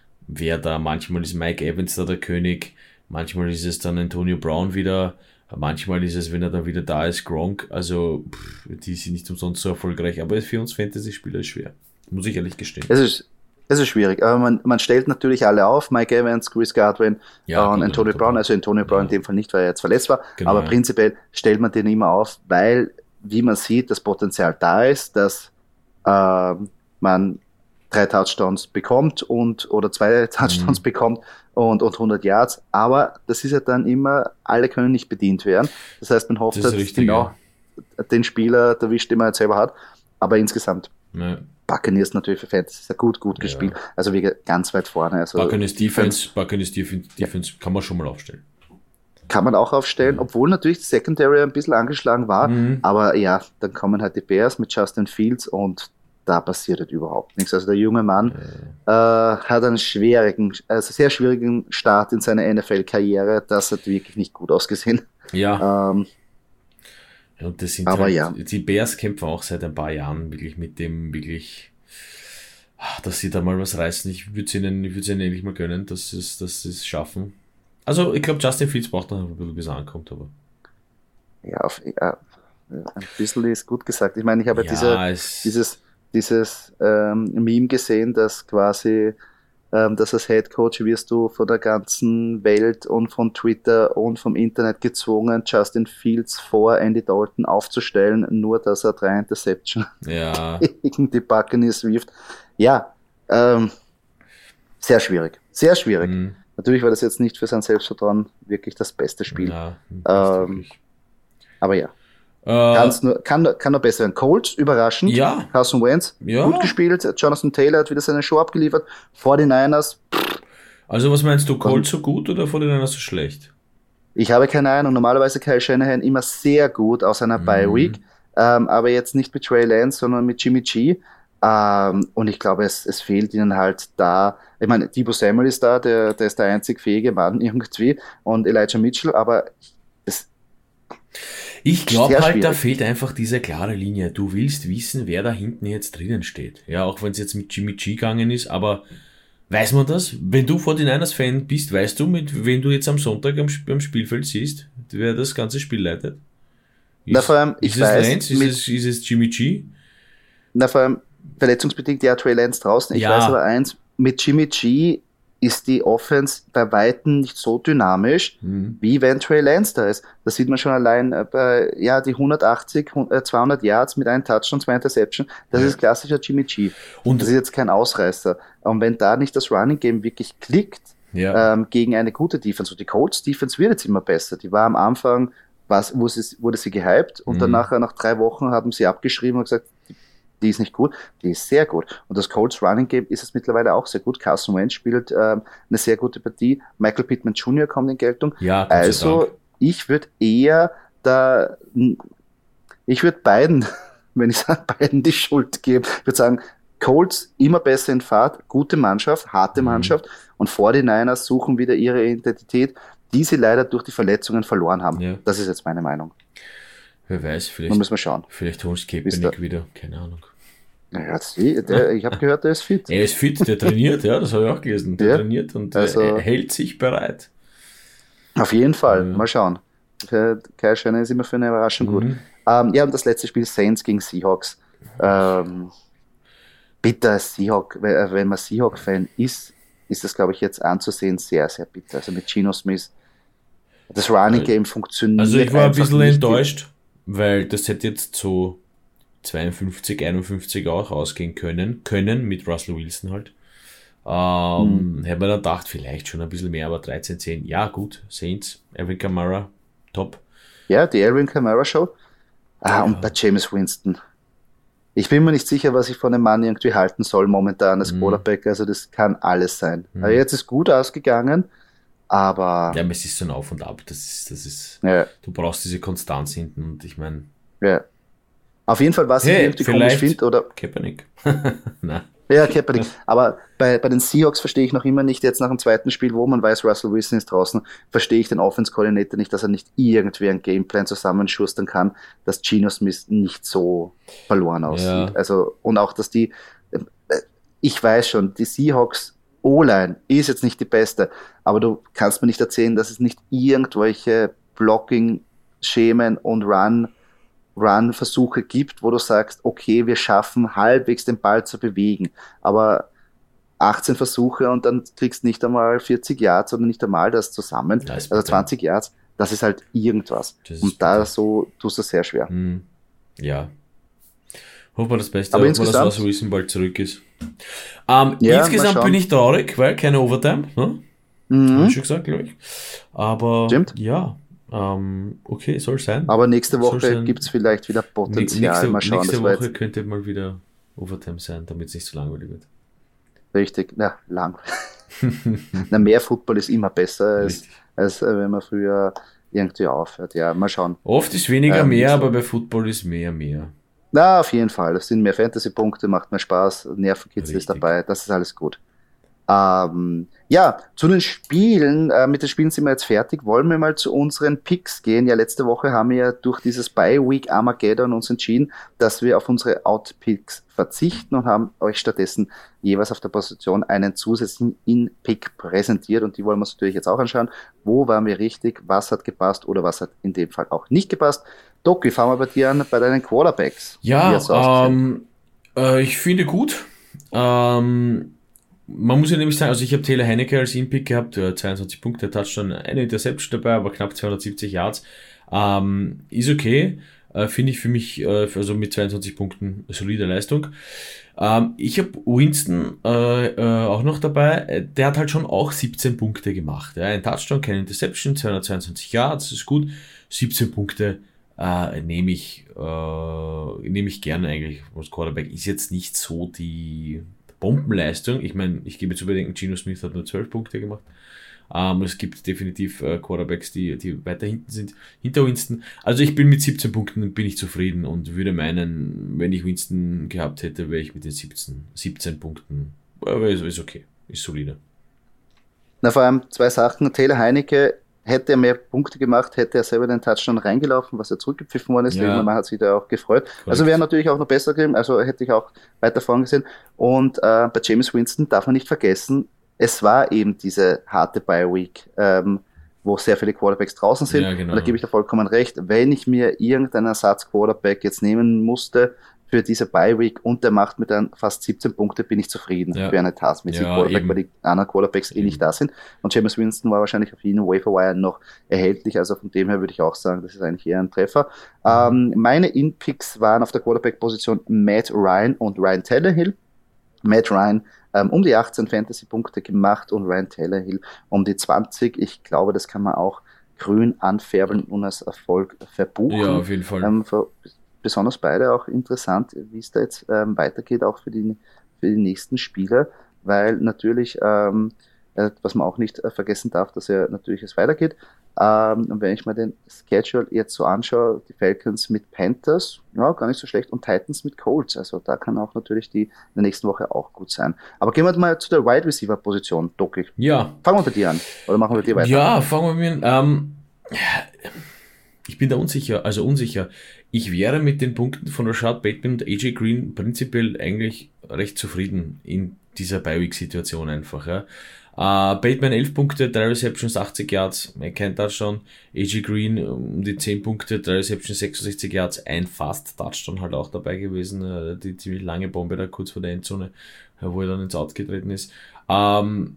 Wer da, manchmal ist Mike Evans da der König, manchmal ist es dann Antonio Brown wieder. Manchmal ist es, wenn er dann wieder da ist, Gronk. Also, pff, die sind nicht umsonst so erfolgreich. Aber für uns Fantasy-Spieler ist schwer. Muss ich ehrlich gestehen. Es ist, es ist schwierig. Aber man, man stellt natürlich alle auf. Mike Evans, Chris Godwin ja, und Antonio Brown. Also Antonio Brown ja. in dem Fall nicht, weil er jetzt verletzt war. Genau, aber ja. prinzipiell stellt man den immer auf, weil, wie man sieht, das Potenzial da ist, dass äh, man drei Touchdowns bekommt und oder zwei Touchdowns mhm. bekommt und, und hundert Yards, aber das ist ja dann immer, alle können nicht bedient werden. Das heißt, man hofft, das dass richtig, genau ja. den Spieler erwischt, den man jetzt selber hat, aber insgesamt ja. Buccaneers natürlich für Fans sehr gut, gut ja. gespielt, also wie ganz weit vorne. Also Buccaneers Defense, Buccaneers Defense, Defense kann man schon mal aufstellen. kann man auch aufstellen, Mhm. obwohl natürlich die Secondary ein bisschen angeschlagen war, Mhm. aber ja, dann kommen halt die Bears mit Justin Fields und da passiert halt überhaupt nichts. Also der junge Mann äh, hat einen schwierigen, also sehr schwierigen Start in seiner N F L-Karriere. Das hat wirklich nicht gut ausgesehen. Ja. Ähm, Ja, und das sind aber halt, ja, die Bears kämpfen auch seit ein paar Jahren wirklich mit dem, wirklich, ah, dass sie da mal was reißen. Ich würde es ihnen, ich würde es ihnen endlich mal gönnen, dass sie es, dass sie es schaffen. Also, ich glaube, Justin Fields braucht noch ein bisschen, bis er ankommt, aber. ja, auf, ja, ein bisschen ist gut gesagt. Ich meine, ich habe ja diese, Ja, es, dieses, dieses ähm, Meme gesehen, dass quasi ähm, dass als Head Coach wirst du von der ganzen Welt und von Twitter und vom Internet gezwungen, Justin Fields vor Andy Dalton aufzustellen, nur dass er drei Interception ja, gegen die Buccaneers wirft. Ja, ähm, sehr schwierig. Sehr schwierig. mh, Natürlich war das jetzt nicht für sein Selbstvertrauen wirklich das beste Spiel. ja, nicht Ähm, wirklich. aber ja, Äh, kann's nur, kann, kann nur besser werden. Colts, überraschend. ja, Carson Wentz, gut ja. gespielt. Jonathan Taylor hat wieder seine Show abgeliefert. forty-niners, Also, was meinst du, was, Colts so gut oder von denen so schlecht? ich habe keine Ahnung. Normalerweise Kyle Shanahan immer sehr gut aus einer Bye-Week. Mhm. Ähm, aber jetzt nicht mit Trey Lance, sondern mit Jimmy G. Ähm, und ich glaube, es, es fehlt ihnen halt da. Ich meine, Deebo Samuel ist da, der, der ist der einzig fähige Mann irgendwie. Und Elijah Mitchell, aber es Ich ist glaube sehr halt, da schwierig. fehlt einfach diese klare Linie. Du willst wissen, wer da hinten jetzt drinnen steht. Ja, auch wenn es jetzt mit Jimmy G gegangen ist, aber weiß man das? Wenn du forty-niners-Fan bist, weißt du, mit wem du jetzt am Sonntag am, Sp- am Spielfeld siehst, wer das ganze Spiel leitet? Na, vor Ist, allem, ist ich es weiß, Lance? Ist mit, es, ist es Jimmy G? na, vor allem verletzungsbedingt ja Trey Lance draußen. Ich weiß aber Ja. eins, mit Jimmy G ist die Offense bei Weitem nicht so dynamisch, Hm. wie wenn Trey Lance da ist. Das sieht man schon allein äh, bei, ja, die hundertachtzig, hun- äh, zweihundert Yards mit einem Touchdown, zwei Interception. Das Ja. ist klassischer Jimmy G. Und Das ist jetzt kein Ausreißer. Und wenn da nicht das Running Game wirklich klickt, ja, ähm, gegen eine gute Defense, und die Colts Defense wird jetzt immer besser. Die war am Anfang, was, wo sie, wurde sie gehypt und dann hm. nachher nach drei Wochen haben sie abgeschrieben und gesagt, die, die ist nicht gut, die ist sehr gut. Und das Colts Running Game ist es mittlerweile auch sehr gut. Carson Wentz spielt ähm, eine sehr gute Partie. Michael Pittman Junior kommt in Geltung. Ja, Gott sei Also Dank. ich würde eher da, ich würde beiden, wenn ich sage, beiden die Schuld geben. Ich würde sagen, Colts immer besser in Fahrt, gute Mannschaft, harte Hm. Mannschaft und forty-niners suchen wieder ihre Identität, die sie leider durch die Verletzungen verloren haben. Ja. Das ist jetzt meine Meinung. Wer weiß, Da vielleicht, müssen wir schauen. vielleicht holst Wisst Kaepernick ihr? wieder. Keine Ahnung. Naja, sie, der, ich habe gehört, der ist fit. Er ist fit, der trainiert, ja, das habe ich auch gelesen. Der Ja, trainiert und also er hält sich bereit. auf jeden Fall. Ja. Mal schauen. Der Kai Scheiner ist immer für eine Überraschung gut. Mhm. Ähm, ja, und das letzte Spiel Saints gegen Seahawks. Ähm, bitter als Seahawk, wenn äh, wenn man Seahawk-Fan ist, ist das, glaube ich, jetzt anzusehen sehr, sehr bitter. Also mit Geno Smith. Das Running Game funktioniert Also ich war ein einfach bisschen nicht. enttäuscht, weil das hätte jetzt so zweiundfünfzig, einundfünfzig auch ausgehen können, können mit Russell Wilson halt. Ähm, hätte man dann gedacht, vielleicht schon ein bisschen mehr, aber dreizehn zehn, ja gut, Saints, Alvin Kamara, top. Ja, die Alvin Kamara Show. Ah, Ja. und bei Jameis Winston. Ich bin mir nicht sicher, was ich von dem Mann irgendwie halten soll momentan als Mhm. Quarterback. Also das kann alles sein. Mhm. Aber jetzt ist gut ausgegangen, aber Ja, aber es ist so ein Auf und Ab, das ist, das ist, ja, du brauchst diese Konstanz hinten und ich meine, ja. Auf jeden Fall, was ich hey, irgendwie komisch vielleicht finde, oder Kaepernick. Nein. ja, Kaepernick. Aber bei, bei den Seahawks verstehe ich noch immer nicht, jetzt nach dem zweiten Spiel, wo man weiß, Russell Wilson ist draußen, verstehe ich den Offense-Coordinator nicht, dass er nicht irgendwie einen Gameplan zusammenschustern kann, dass Geno Smith nicht so verloren aussieht. Ja. Also, und auch, dass die, äh, ich weiß schon, die Seahawks O-Line ist jetzt nicht die beste, aber du kannst mir nicht erzählen, dass es nicht irgendwelche Blocking-Schemen und Run Run-Versuche gibt, wo du sagst, okay, wir schaffen halbwegs den Ball zu bewegen, aber achtzehn Versuche und dann kriegst du nicht einmal vierzig Yards oder nicht einmal das zusammen, Das ist also bitter. zwanzig Yards, das ist halt irgendwas. Das ist Und da bitter. so tust du es sehr schwer. Hm. Ja. Hoffen wir das Beste, Aber hoffen wir, dass insgesamt- Russell Wilson bald zurück ist. Ähm, Ja, mal insgesamt schauen. bin ich traurig, weil keine Overtime, ne? Hab Mhm. ich schon gesagt, glaube ich. Aber Stimmt. ja, ähm, okay, soll sein. Aber nächste Soll Woche sein. gibt es vielleicht wieder N- Potenzial. nächste Mal schauen, nächste das war Woche jetzt könnte mal wieder Overtime sein, damit es nicht so langweilig wird. richtig, na, lang. Na, mehr Football ist immer besser, als, Richtig. als äh, wenn man früher irgendwie aufhört. Ja, mal schauen. Oft ist weniger Ähm, mehr, aber bei Football ist mehr mehr. Na, auf jeden Fall. Es sind mehr Fantasy-Punkte, macht mehr Spaß, Nervenkitzel ist Richtig. dabei, das ist alles gut. Ähm, ja, zu den Spielen, äh, mit den Spielen sind wir jetzt fertig. Wollen wir mal zu unseren Picks gehen? Ja, letzte Woche haben wir ja durch dieses Bye-Week Armageddon uns entschieden, dass wir auf unsere Out-Picks verzichten und haben euch stattdessen jeweils auf der Position einen zusätzlichen In-Pick präsentiert und die wollen wir uns natürlich jetzt auch anschauen. Wo waren wir richtig? Was hat gepasst oder was hat in dem Fall auch nicht gepasst? Doki, fangen wir bei dir an, bei deinen Quarterbacks. Wie hat's so Ja, ausgesehen? ähm, äh, ich finde gut. Ähm, Man muss ja nämlich sagen, also ich habe Taylor Heineke als In-Pick gehabt, äh, zweiundzwanzig Punkte, Touchdown, eine Interception dabei, aber knapp zweihundertsiebzig Yards. Ähm, ist okay, äh, finde ich für mich, äh, also mit zweiundzwanzig Punkten solide Leistung. Ähm, ich habe Winston äh, äh, auch noch dabei, Äh, der hat halt schon auch siebzehn Punkte gemacht. Ja? Ein Touchdown, keine Interception, zweihundertzweiundzwanzig Yards, ist gut. siebzehn Punkte äh, nehme ich, äh, nehme ich gerne eigentlich als Quarterback. Ist jetzt nicht so die Bombenleistung. Ich meine, ich gebe zu bedenken, Geno Smith hat nur zwölf Punkte gemacht. Ähm, es gibt definitiv äh, Quarterbacks, die, die weiter hinten sind, hinter Winston. Also ich bin mit siebzehn Punkten bin ich zufrieden und würde meinen, wenn ich Winston gehabt hätte, wäre ich mit den siebzehn, siebzehn Punkten. Aber ist, ist okay, ist solide. Na, vor allem zwei Sachen. Taylor Heinecke hätte er mehr Punkte gemacht, hätte er selber den Touchdown reingelaufen, was er zurückgepfiffen worden ist. Ja, Man hat sich da auch gefreut. Also wäre korrekt. natürlich auch noch besser gewesen, also hätte ich auch weiter vorn gesehen. Und äh, bei James Winston darf man nicht vergessen, es war eben diese harte Bye-Week, ähm, wo sehr viele Quarterbacks draußen sind. Ja, Und da genau. gebe ich dir vollkommen recht. Wenn ich mir irgendeinen Ersatz-Quarterback jetzt nehmen musste für diese Bye-Week und der macht mir dann fast siebzehn Punkte, bin ich zufrieden Ja, für einen taskmäßigen ja, Quarterback, weil eben, die anderen Quarterbacks eh nicht eben. da sind. Und James Winston war wahrscheinlich auf jeden Waferwire noch erhältlich. Also von dem her würde ich auch sagen, das ist eigentlich eher ein Treffer. Mhm. Ähm, meine In-Picks waren auf der Quarterback-Position Matt Ryan und Ryan Tannehill. Matt Ryan ähm, um die achtzehn Fantasy-Punkte gemacht und Ryan Tannehill um die zwanzig. Ich glaube, das kann man auch grün anfärben und als Erfolg Ja, verbuchen. auf jeden Fall. Ähm, für, besonders beide auch interessant, wie es da jetzt ähm, weitergeht, auch für die, für die nächsten Spiele, weil natürlich, ähm, äh, was man auch nicht äh, vergessen darf, dass ja natürlich es weitergeht. Ähm, und wenn ich mir den Schedule jetzt so anschaue, die Falcons mit Panthers, ja, gar nicht so schlecht, und Titans mit Colts, also da kann auch natürlich die in der nächsten Woche auch gut sein. Aber gehen wir mal zu der Wide Receiver Position, Doki. Ja, Fangen wir bei dir an, oder machen wir bei dir weiter? ja, fangen wir mit, ähm, ich bin da unsicher, also unsicher. Ich wäre mit den Punkten von Rashad Bateman und A J Green prinzipiell eigentlich recht zufrieden in dieser Bye-Week-Situation einfach. Ja. Äh, Bateman elf Punkte, drei Receptions, achtzig Yards, kein Touchdown. A J Green um die zehn Punkte, drei Receptions, sechsundsechzig Yards, ein Fast-Touchdown halt auch dabei gewesen. Äh, die ziemlich lange Bombe da kurz vor der Endzone, äh, wo er dann ins Out getreten ist. Ähm,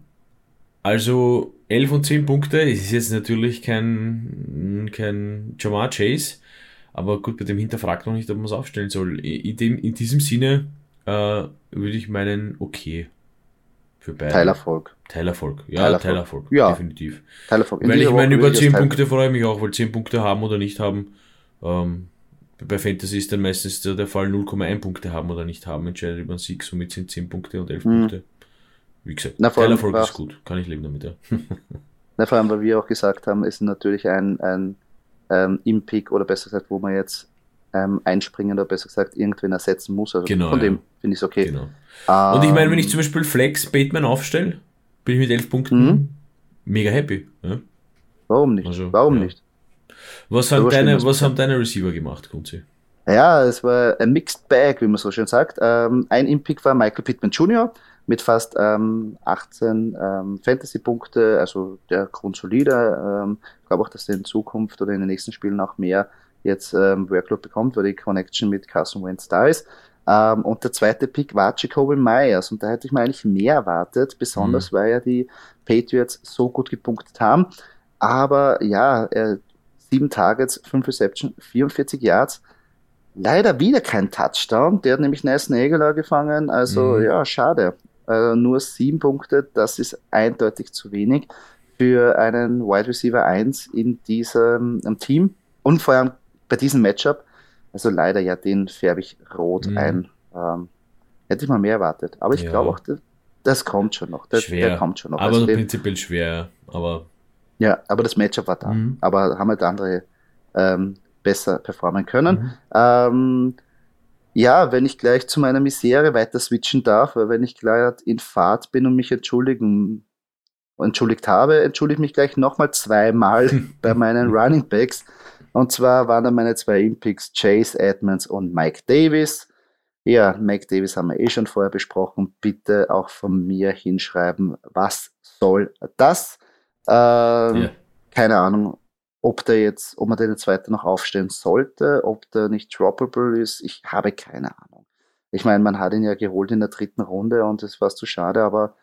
also elf und zehn Punkte, es ist jetzt natürlich kein, kein Jamar Chase, aber gut, bei dem hinterfragt noch nicht, ob man es aufstellen soll. In, dem, in diesem Sinne äh, würde ich meinen, okay, für beide. Teilerfolg. Teilerfolg, ja, Teilerfolg. Teilerfolg, Ja, definitiv. Teilerfolg. In Weil ich dieser meine, Woche würde über ich als zehn Teilerfolg. Punkte freue ich mich auch, weil zehn Punkte haben oder nicht haben. Ähm, bei Fantasy ist dann meistens der der Fall null Komma eins Punkte haben oder nicht haben, entscheidet über den Sieg, somit sind zehn Punkte und elf Hm. Punkte. Wie gesagt, Na, vor allem, Teilerfolg ist was gut, kann ich leben damit, ja. Na, vor allem, weil wir auch gesagt haben, ist natürlich ein, ein ähm, Impick oder besser gesagt, wo man jetzt ähm, einspringen oder besser gesagt irgendwen ersetzen muss. Also Genau, von ja. dem finde ich es okay. Genau. Und ich meine, wenn ich zum Ähm, Beispiel Flex Bateman aufstelle, bin ich mit elf hm, Punkten mega happy. Ja? warum nicht? Also, Warum ja. nicht? Was So haben was deine, Schlimmes was haben passieren. deine Receiver gemacht, Kunzi? Ja, es war ein Mixed Bag, wie man so schön sagt. Ähm, ein Impick war Michael Pittman Junior mit fast ähm, achtzehn ähm, Fantasy-Punkte, also der grundsolide. Ähm, ich glaube auch, dass der in Zukunft oder in den nächsten Spielen auch mehr jetzt ähm, Workload bekommt, weil die Connection mit Carson Wentz da ist. Ähm, und der zweite Pick war Jacoby Myers und da hätte ich mir eigentlich mehr erwartet, Hm. besonders weil ja die Patriots so gut gepunktet haben. Aber ja, äh, sieben Targets, fünf Reception, vierundvierzig Yards. Leider wieder kein Touchdown. Der hat nämlich Nelson Aguilar gefangen. Also Mhm. ja, schade. Äh, nur sieben Punkte, das ist eindeutig zu wenig für einen Wide Receiver eins in diesem ähm, Team. Und vor allem bei diesem Matchup. Also leider ja, den färbe ich rot Mhm. ein. Ähm, hätte ich mal mehr erwartet. Aber ich glaube Ja, auch, das, das kommt schon noch. Der, der schwer. kommt schon noch. Also Aber den, prinzipiell schwer. Aber Ja, aber das Matchup war da. Mhm. Aber haben halt andere ähm, besser performen können. Mhm. Ähm, ja, wenn ich gleich zu meiner Misere weiter switchen darf, weil wenn ich gleich in Fahrt bin und mich entschuldigen, entschuldigt habe, entschuldige ich mich gleich nochmal zweimal bei meinen Running Backs. Und zwar waren dann meine zwei Impicks Chase Edmonds und Mike Davis. Ja, Mike Davis haben wir eh schon vorher besprochen. Bitte auch von mir hinschreiben, was soll das? Ähm, Ja. Keine Ahnung, ob der jetzt, ob man den jetzt weiter noch aufstellen sollte, ob der nicht droppable ist. Ich habe keine Ahnung. Ich meine, man hat ihn ja geholt in der dritten Runde und es war zu schade, aber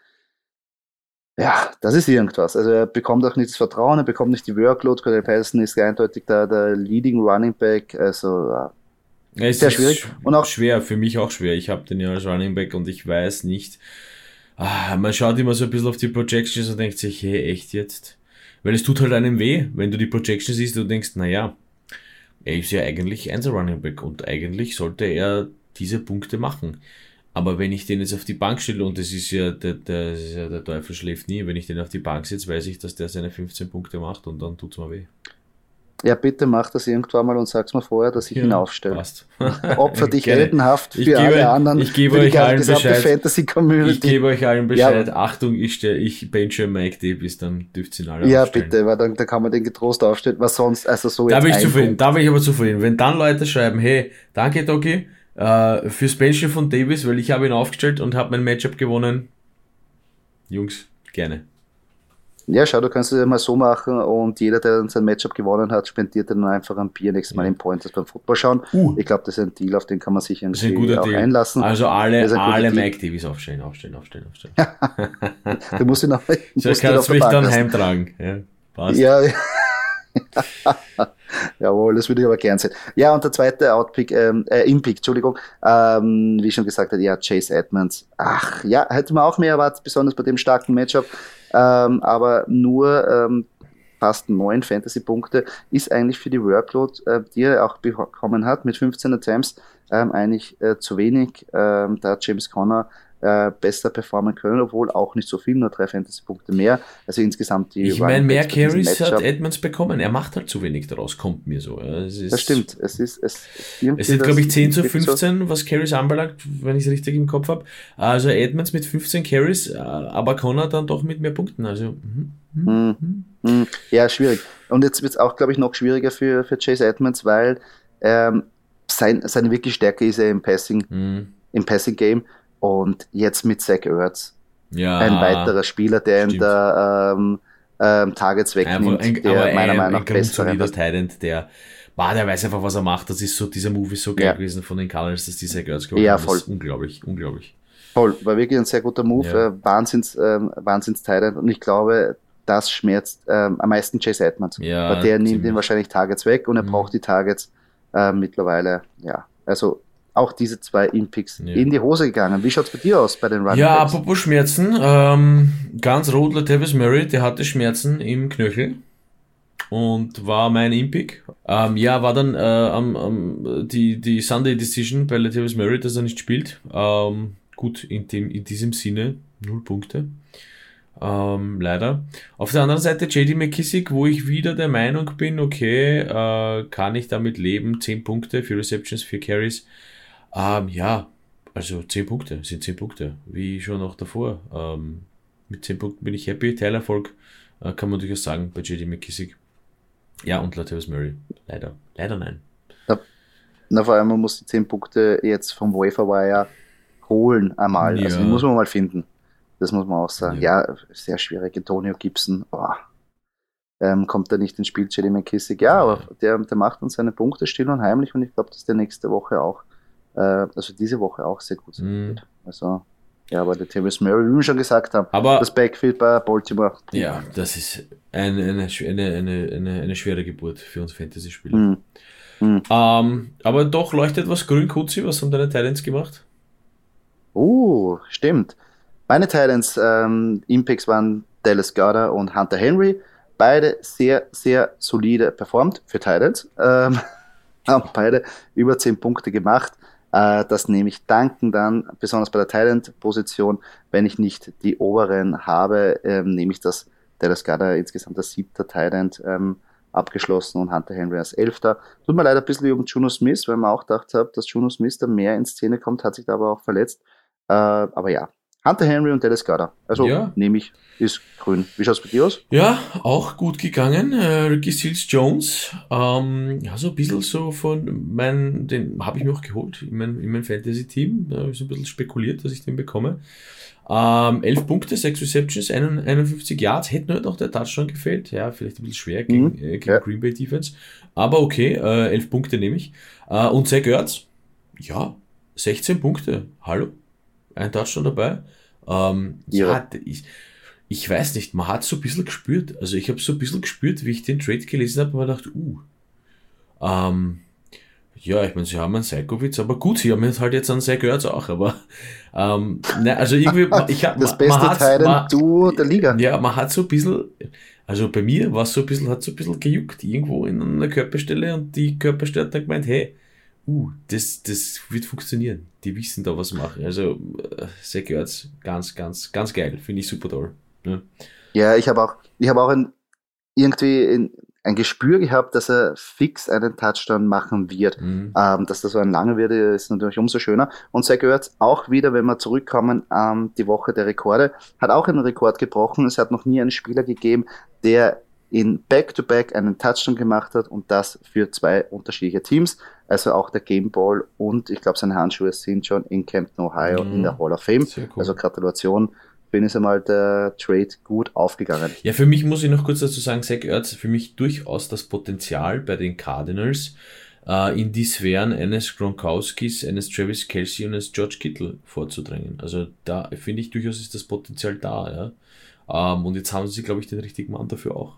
ja, das ist irgendwas. Also er bekommt auch nicht das Vertrauen, er bekommt nicht die Workload. Cordell Patterson ist eindeutig der, der Leading Running Back. Also ja, Ja, es sehr ist schwierig. Und auch schwer, für mich auch schwer. Ich habe den ja als Running Back und ich weiß nicht. Ah, man schaut immer so ein bisschen auf die Projections und denkt sich, hey, echt jetzt? Weil es tut halt einem weh, wenn du die Projections siehst und denkst, naja, er ist ja eigentlich ein Running Back und eigentlich sollte er diese Punkte machen. Aber wenn ich den jetzt auf die Bank stelle, und das ist ja der, der, das ist ja der Teufel schläft nie, wenn ich den auf die Bank setze, weiß ich, dass der seine fünfzehn Punkte macht und dann tut's mir weh. ja, bitte mach das irgendwann mal und sag's mir vorher, dass ich ihn Ja, aufstelle. passt. Opfer dich Gerne. heldenhaft für Ich gebe- alle anderen, ich gebe für die euch allen gesamte Bescheid. Fantasy-Community. Ich gebe euch allen Bescheid. Ja. Achtung, ich stelle, ich benche Mike Davis, dann dürft ihr ihn alle Ja, aufstellen. bitte, weil dann, dann kann man den getrost aufstellen, was sonst, also so Da jetzt bin ich ein zufrieden, Punkt. da bin ich aber zufrieden. Wenn dann Leute schreiben, hey, danke Doki, äh, fürs Benchen von Davis, weil ich habe ihn aufgestellt und habe mein Matchup gewonnen. Jungs, gerne. Ja, schau, du kannst es ja mal so machen und jeder, der dann sein Matchup gewonnen hat, spendiert dann einfach ein Bier nächstes Mal Ja. in Pointers beim Football schauen. Uh. Ich glaube, das ist ein Deal, auf den kann man sich Das ist ein irgendwie guter auch Deal. einlassen. Also Das alle, ist ein guter alle Deal. Mike Davis aufstellen, aufstellen, aufstellen, aufstellen. Du musst ihn noch, So musst ihn auf kannst du der mich Bank dann lassen. heimtragen. Ja, passt. Ja, jawohl, das würde ich aber gern sehen. Ja, und der zweite Outpick, ähm, äh, Inpick, Entschuldigung, ähm, wie schon gesagt hat, ja, Chase Edmonds. Ach, ja, hätte man auch mehr erwartet, besonders bei dem starken Matchup. Ähm, aber nur ähm, fast neun Fantasy-Punkte ist eigentlich für die Workload, äh, die er auch bekommen hat, mit fünfzehn Attempts, ähm, eigentlich äh, zu wenig. Ähm, da hat James Conner äh, besser performen können, obwohl auch nicht so viel, nur drei Fantasy-Punkte mehr. Also insgesamt die Ich meine, mehr Running Backs bei diesem Carries hat Matchup. Edmonds bekommen. Er macht halt zu wenig daraus, kommt mir so. Ja, es ist, Das stimmt. Es ist, es, Es sind, glaube ich, zehn zu wirklich so- fünfzehn, was Carries anbelangt, wenn ich es richtig im Kopf habe. Also Edmonds mit fünfzehn Carries, äh, aber Connor dann doch mit mehr Punkten. Also, mhm, mhm, Hm. mhm. Hm, ja, schwierig. Und jetzt wird es auch, glaube ich, noch schwieriger für, für Chase Edmonds, weil ähm, sein, seine wirklich Stärke ist er im Passing, Mhm. im Passing Game. Und jetzt mit Zach Ertz, Ja, ein weiterer Spieler, der in stimmt. der ähm, ähm, Targets einfach wegnimmt, ein, der aber meiner ein, Meinung ein nach besser grundsolider ist. Tident, der, bah, der weiß einfach, was er macht. Das ist so, dieser Move ist so geil Ja. gewesen von den Cardinals, dass dieser Girls Ja, Das voll. ist unglaublich, unglaublich. Voll, war wirklich ein sehr guter Move, Ja. äh, Wahnsinns, ähm, Wahnsinns Tident. Und ich glaube, das schmerzt ähm, am meisten Chase Edmonds. Ja, Weil der nimmt ziemlich. ihm wahrscheinlich Targets weg und er Mhm. braucht die Targets äh, mittlerweile. Ja, also auch diese zwei In-Picks Ja. in die Hose gegangen. Wie schaut's bei dir aus bei den Running Ja, Backs? apropos Schmerzen, ähm, ganz rot, Latavius Murray, der hatte Schmerzen im Knöchel und war mein Impick. Ähm, ja, war dann äh, am, am, die, die Sunday Decision bei Latavius Murray, dass er nicht spielt. Ähm, gut, in, dem, in diesem Sinne, null Punkte. Ähm, leider. Auf der anderen Seite J D McKissick, wo ich wieder der Meinung bin, okay, äh, kann ich damit leben, zehn Punkte, vier Receptions, vier Carries. Ähm, ja, also zehn Punkte, sind zehn Punkte, wie schon auch davor. Ähm, mit zehn Punkten bin ich happy. Teilerfolg äh, kann man durchaus sagen bei J D McKissick. Ja, und Latavius Murray. Leider. Leider nein. Na, vor allem, man muss die zehn Punkte jetzt vom Waferwire holen einmal. Ja. Also die muss man mal finden. Das muss man auch sagen. Ja. Ja, sehr schwierig. Antonio Gibson, oh, ähm, kommt da nicht ins Spiel, J D McKissick. Ja, aber der, der macht uns seine Punkte still und heimlich und ich glaube, dass der nächste Woche auch, äh, also diese Woche auch sehr gut sein Mhm. wird. Also, ja, aber der Latavius Murray, wie wir schon gesagt haben, Aber das Backfield bei Baltimore. ja, das ist eine, eine, eine, eine, eine, eine schwere Geburt für uns Fantasy-Spieler. Hm. Hm. Ähm, aber doch leuchtet was grün, Kutzi. Was haben deine Titans gemacht? Oh, stimmt. Meine Titans ähm, Impacts waren Dallas Goedert und Hunter Henry. Beide sehr, sehr solide performt für Titans. Ähm, haben beide über zehn Punkte gemacht. Äh, das nehme ich danken dann, besonders bei der Titan-Position, wenn ich nicht die oberen habe, ähm, nehme ich das Dallas Goedert insgesamt als siebter Tight End ähm, abgeschlossen und Hunter Henry als elfter. Tut mir leider ein bisschen um Juno Smith, weil man auch gedacht hat, dass Juno Smith da mehr in Szene kommt, hat sich da aber auch verletzt. Äh, aber ja, Hunter Henry und Dallas Goedert. Also ja. nehme ich, ist grün. Wie schaut's bei dir aus? Ja, auch gut gegangen. Äh, Ricky Seals-Jones, ähm, ja, so ein bisschen so von meinen, den habe ich mir auch geholt in mein, in mein Fantasy-Team. Da habe ich so ein bisschen spekuliert, dass ich den bekomme. Ähm, elf Punkte, sechs Receptions, einundfünfzig Yards, hätte nur noch der Touchdown gefehlt. Ja, vielleicht ein bisschen schwer gegen, Mhm. äh, gegen Ja. Green Bay Defense. Aber okay, äh, elf Punkte nehme ich. Äh, und Zach Ertz, ja, sechzehn Punkte. Hallo? Ein Touchdown dabei. Ähm, ja, Ja. ich, ich weiß nicht, man hat so ein bisschen gespürt. Also ich habe so ein bisschen gespürt, wie ich den Trade gelesen habe, und mir gedacht, uh, ähm, ja, ich meine, sie haben einen Seikowitz, aber gut, sie haben jetzt halt jetzt einen Zach Ertz auch, aber ähm, ne, also irgendwie, ich hab, Das man, beste man hat's, man, Titan-Duo der Liga. ja, man hat so ein bisschen, also bei mir war es so ein bisschen, hat so ein bisschen gejuckt, irgendwo in einer Körperstelle, und die Körperstelle hat dann gemeint, hey, uh, das, das wird funktionieren. Die wissen da, was machen. Also, äh, Zach Ertz, ganz, ganz, ganz geil. Finde ich super toll. Ja. Ja, ich habe auch, ich habe auch ein, irgendwie ein, ein Gespür gehabt, dass er fix einen Touchdown machen wird. Mhm. Ähm, dass das so ein langer wird, ist natürlich umso schöner. Und Zach Ertz auch wieder, wenn wir zurückkommen, ähm, die Woche der Rekorde, hat auch einen Rekord gebrochen. Es hat noch nie einen Spieler gegeben, der in Back-to-Back einen Touchdown gemacht hat, und das für zwei unterschiedliche Teams. Also auch der Game Ball und ich glaube, seine Handschuhe sind schon in Campton, Ohio Ja, in der Hall of Fame. sehr cool. Also Gratulation. Für ihn ist einmal der Trade gut aufgegangen. Ja, für mich muss ich noch kurz dazu sagen, Zach Ertz, für mich durchaus das Potenzial bei den Cardinals, äh, in die Sphären eines Gronkowskis, eines Travis Kelce und eines George Kittle vorzudrängen. Also da finde ich durchaus ist das Potenzial da, ja. Ähm, und jetzt haben sie, glaube ich, den richtigen Mann dafür auch.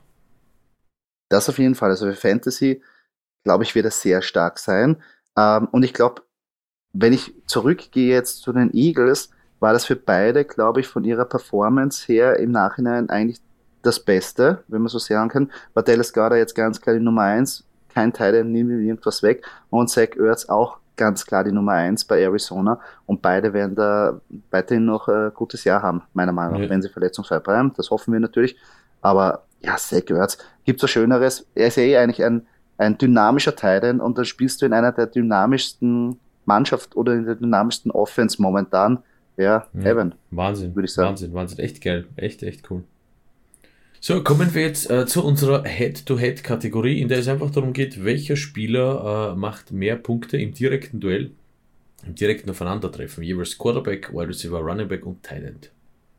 Das auf jeden Fall. Also für Fantasy, glaube ich, wird es sehr stark sein. Ähm, und ich glaube, wenn ich zurückgehe jetzt zu den Eagles, war das für beide, glaube ich, von ihrer Performance her im Nachhinein eigentlich das Beste, wenn man so sagen kann. War Dallas Goedert jetzt ganz klar die Nummer eins, kein Teil, nimmt irgendwas weg. Und Zach Ertz auch ganz klar die Nummer eins bei Arizona. Und beide werden da weiterhin noch ein gutes Jahr haben, meiner Meinung nach, Ja. wenn sie verletzungsfrei bleiben. Das hoffen wir natürlich. Aber ja, Zach Ertz, gibt's was Schöneres? Er ist ja eh eigentlich ein, ein dynamischer Titan, und dann spielst du in einer der dynamischsten Mannschaft oder in der dynamischsten Offense momentan. Ja, Ja. Evan, Wahnsinn, würde ich sagen. Wahnsinn, Wahnsinn, echt geil, echt, echt cool. So, kommen wir jetzt äh, zu unserer Head-to-Head-Kategorie, in der es einfach darum geht, welcher Spieler äh, macht mehr Punkte im direkten Duell, im direkten Aufeinandertreffen, jeweils Quarterback, Wide Receiver, Running Back und Tight End.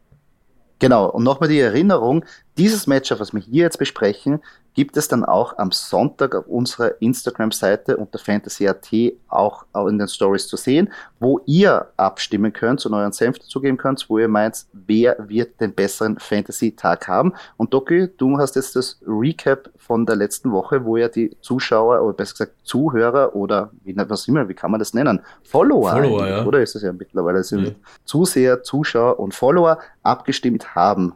Genau, und nochmal die Erinnerung, dieses Matchup, was wir hier jetzt besprechen, gibt es dann auch am Sonntag auf unserer Instagram-Seite unter Fantasy Punkt A T auch, auch in den Stories zu sehen, wo ihr abstimmen könnt und euren Senf dazugeben könnt, wo ihr meint, wer wird den besseren Fantasy-Tag haben. Und Doki, du hast jetzt das Recap von der letzten Woche, wo ja die Zuschauer, oder besser gesagt Zuhörer oder wie, was immer, wie kann man das nennen? Follower, Follower, eigentlich, ja. oder ist es ja mittlerweile, sind Ja. Zuseher, Zuschauer und Follower abgestimmt haben.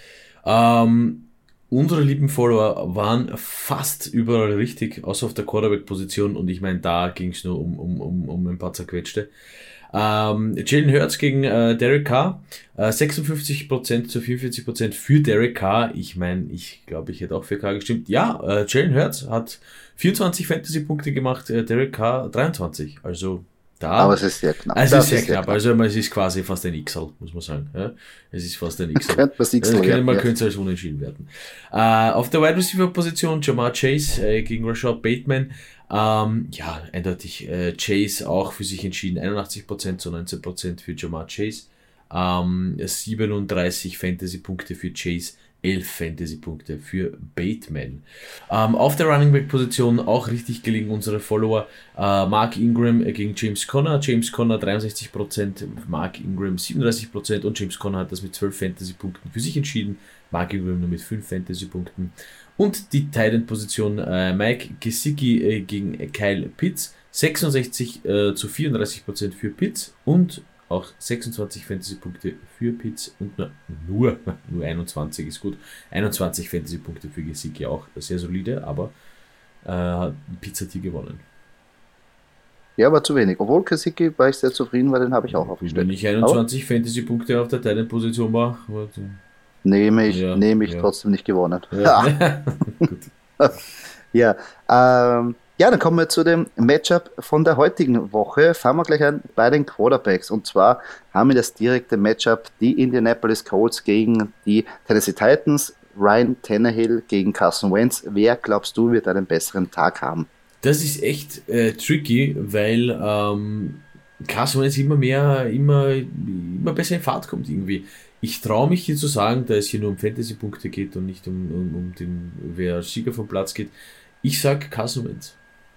Ähm, unsere lieben Follower waren fast überall richtig, außer auf der Quarterback-Position, und ich meine, da ging es nur um, um, um, um ein paar zerquetschte. Ähm, Jalen Hurts gegen äh, Derek Carr, äh, sechsundfünfzig Prozent zu vierundvierzig Prozent für Derek Carr. Ich meine, ich glaube, ich hätte auch für Carr gestimmt. Ja, äh, Jalen Hurts hat vierundzwanzig Fantasy-Punkte gemacht, äh, Derek Carr dreiundzwanzig. Also da. Aber es ist sehr knapp. Also Das es ist sehr ist sehr knapp. knapp. Also es ist quasi fast ein X L, muss man sagen. Ja? Es ist fast ein X L. Könnte man sich Also, so, ja, man ja. könnte es als unentschieden werden. Äh, auf der Wide Receiver Position Jamar Chase äh, gegen Rashad Bateman. Ähm, ja, eindeutig äh, Chase auch für sich entschieden. einundachtzig Prozent zu neunzehn Prozent für Jamar Chase. Ähm, siebenunddreißig Fantasy-Punkte für Chase, elf Fantasy-Punkte für Bateman. Ähm, auf der Running Back Position auch richtig gelegen unsere Follower. Äh, Mark Ingram gegen James Conner. James Conner dreiundsechzig Prozent, Mark Ingram siebenunddreißig Prozent, und James Conner hat das mit zwölf Fantasy-Punkten für sich entschieden. Mark Ingram nur mit fünf Fantasy-Punkten. Und die Tight End Position äh, Mike Gesicki äh, gegen Kyle Pitts. sechsundsechzig äh, zu vierunddreißig Prozent für Pitts und auch sechsundzwanzig Fantasy-Punkte für Pitts und nur, nur, nur einundzwanzig ist gut. einundzwanzig Fantasy-Punkte für Gesicki auch sehr solide, aber äh, Pitts hat hier gewonnen. Ja, aber zu wenig. Obwohl Kasicki war ich sehr zufrieden, weil den habe ich auch aufgestellt. Wenn ich einundzwanzig Fantasy-Punkte auf der Tight End Position mache, Nehme ich, Ja, nehme ich ja. trotzdem nicht gewonnen. Ja. Gut. Ja, ähm, ja, dann kommen wir zu dem Matchup von der heutigen Woche. Fangen wir gleich an bei den Quarterbacks. Und zwar haben wir das direkte Matchup die Indianapolis Colts gegen die Tennessee Titans. Ryan Tannehill gegen Carson Wentz. Wer glaubst du wird einen besseren Tag haben? Das ist echt äh, tricky, weil ähm, Carson Wentz immer mehr, immer, immer besser in Fahrt kommt irgendwie. Ich traue mich hier zu sagen, da es hier nur um Fantasy-Punkte geht und nicht um, um, um den, wer als Sieger vom Platz geht. Ich sag Carson Wentz.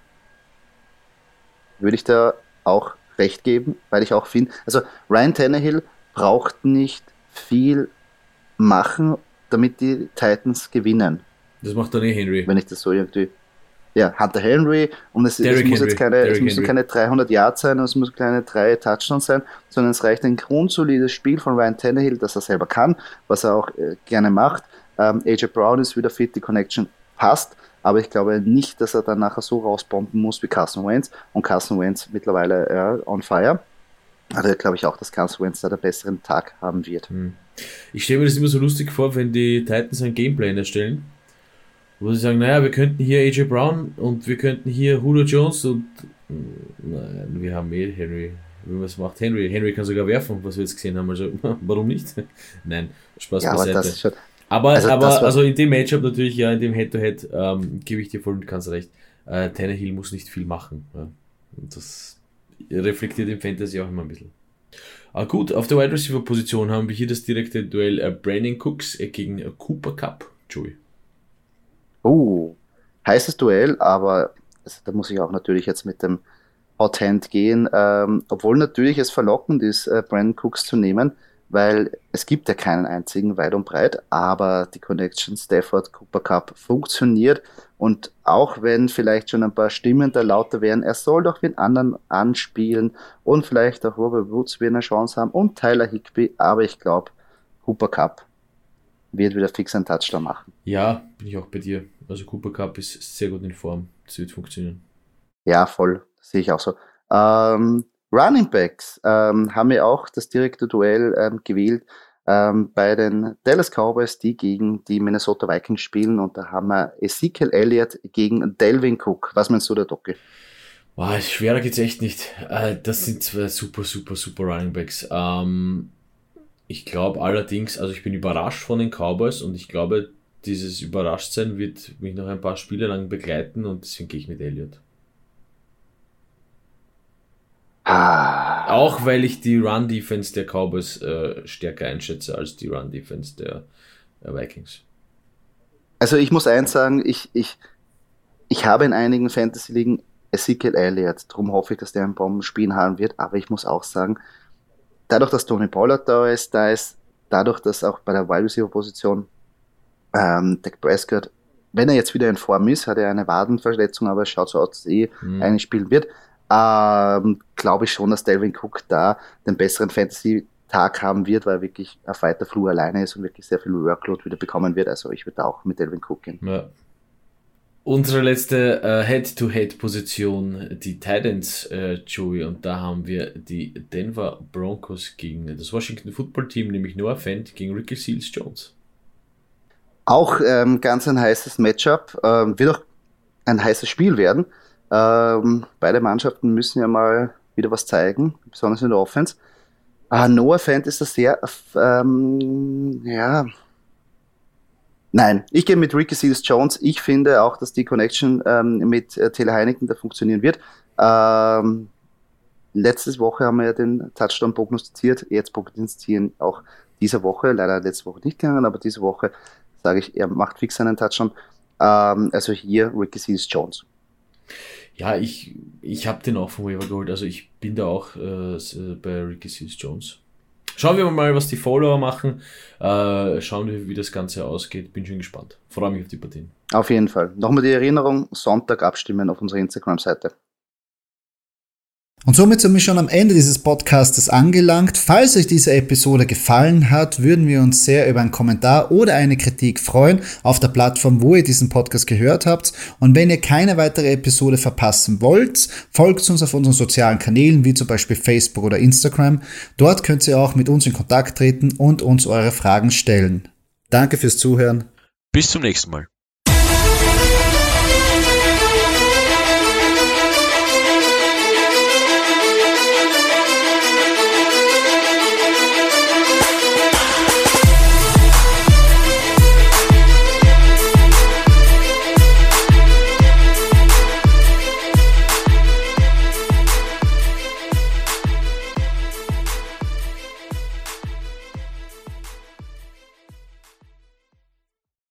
Würde ich da auch recht geben, weil ich auch finde, also Ryan Tannehill braucht nicht viel machen, damit die Titans gewinnen, Das macht dann eh Henry. wenn ich das so irgendwie. Ja, Hunter Henry, und es, es Derrick muss Henry. jetzt keine, es Derrick müssen Henry. keine dreihundert Yards sein, es müssen keine drei Touchdowns sein, sondern es reicht ein grundsolides Spiel von Ryan Tannehill, das er selber kann, was er auch äh, gerne macht. Ähm, A J Brown ist wieder fit, die Connection passt, aber ich glaube nicht, dass er dann nachher so rausbomben muss wie Carson Wentz, und Carson Wentz mittlerweile ja, on fire. Also glaube ich auch, dass Carson Wentz da den besseren Tag haben wird. Hm. Ich stelle mir das immer so lustig vor, wenn die Titans ein Gameplan erstellen, wo sie sagen, naja, wir könnten hier A J Brown und wir könnten hier Julio Jones und nein, wir haben eh Henry. Was macht Henry? Henry kann sogar werfen, was wir jetzt gesehen haben, also warum nicht? Nein, Spaß Ja, aber beiseite. das ist schon, Aber, also aber das war- also in dem Matchup natürlich, ja, in dem Head-to-Head, ähm, gebe ich dir voll und ganz recht. Äh, Tannehill muss nicht viel machen. Ja. Und das reflektiert im Fantasy auch immer ein bisschen. Ah, gut, auf der Wide Receiver Position haben wir hier das direkte Duell äh, Brandon Cooks äh, gegen äh, Cooper Kupp. Joey. oh, heißes Duell, aber also, da muss ich auch natürlich jetzt mit dem Hot Hand gehen, ähm, obwohl natürlich es verlockend ist, äh, Brandon Cooks zu nehmen, weil es gibt ja keinen einzigen weit und breit, aber die Connection Stafford Cooper Kupp funktioniert, und auch wenn vielleicht schon ein paar Stimmen da lauter wären, er soll doch den anderen anspielen und vielleicht auch Robert Woods wird eine Chance haben und Tyler Higbee, aber ich glaube, Cooper Kupp wird wieder fix einen Touchdown machen. Ja, bin ich auch bei dir. Also Cooper Kupp ist sehr gut in Form. Das wird funktionieren. Ja, voll, sehe ich auch so. Ähm, Running Backs ähm, haben wir auch das direkte Duell ähm, gewählt ähm, bei den Dallas Cowboys, die gegen die Minnesota Vikings spielen, und da haben wir Ezekiel Elliott gegen Dalvin Cook. Was meinst du, der Docke? Boah, schwerer geht's echt nicht. Äh, das sind zwei super, super, super Running Backs. Ähm, ich glaube allerdings, also ich bin überrascht von den Cowboys und ich glaube, dieses Überraschtsein wird mich noch ein paar Spiele lang begleiten und deswegen gehe ich mit Elliott. Ah, Auch weil ich die Run-Defense der Cowboys äh, stärker einschätze als die Run-Defense der äh, Vikings. also ich muss eins sagen, ich, ich, ich habe in einigen Fantasy-Ligen Ezekiel Elliott, darum hoffe ich, dass der ein Bombenspiel haben wird, aber ich muss auch sagen, dadurch, dass Tony Pollard da ist, da ist, dadurch, dass auch bei der Wide Receiver Position ähm, Dak Prescott, wenn er jetzt wieder in Form ist, hat er eine Wadenverletzung, aber es schaut so aus, dass er eh Mhm. eigentlich spielen wird, ähm, glaube ich schon, dass Dalvin Cook da den besseren Fantasy-Tag haben wird, weil er wirklich auf weiter Flur alleine ist und wirklich sehr viel Workload wieder bekommen wird. Also ich würde auch mit Dalvin Cook gehen. Ja. Unsere letzte äh, Head-to-Head-Position, die Titans, äh, Joey, und da haben wir die Denver Broncos gegen das Washington Football Team, nämlich Noah Fant gegen Ricky Seals-Jones. Auch ähm, ganz ein heißes Matchup, ähm, wird auch ein heißes Spiel werden. Ähm, beide Mannschaften müssen ja mal wieder was zeigen, besonders in der Offense. Ah, Noah Fant ist da sehr, ähm, ja, nein, ich gehe mit Ricky Seals-Jones. Ich finde auch, dass die Connection ähm, mit äh, Taylor Heineken da funktionieren wird. Ähm, letzte Woche haben wir ja den Touchdown prognostiziert, jetzt prognostizieren auch diese Woche, leider letzte Woche nicht gegangen, aber diese Woche sage ich, er macht fix einen Touchdown. Ähm, also hier Ricky Seals-Jones. Ja, ich, ich habe den auch vom Waiver geholt, also ich bin da auch äh, bei Ricky Seals-Jones. Schauen wir mal, was die Follower machen. Äh, schauen wir, wie das Ganze ausgeht. Bin schon gespannt. Freue mich auf die Partien. Auf jeden Fall. Nochmal die Erinnerung, Sonntag abstimmen auf unserer Instagram-Seite. Und somit sind wir schon am Ende dieses Podcastes angelangt. Falls euch diese Episode gefallen hat, würden wir uns sehr über einen Kommentar oder eine Kritik freuen auf der Plattform, wo ihr diesen Podcast gehört habt. Und wenn ihr keine weitere Episode verpassen wollt, folgt uns auf unseren sozialen Kanälen, wie zum Beispiel Facebook oder Instagram. Dort könnt ihr auch mit uns in Kontakt treten und uns eure Fragen stellen. Danke fürs Zuhören. Bis zum nächsten Mal.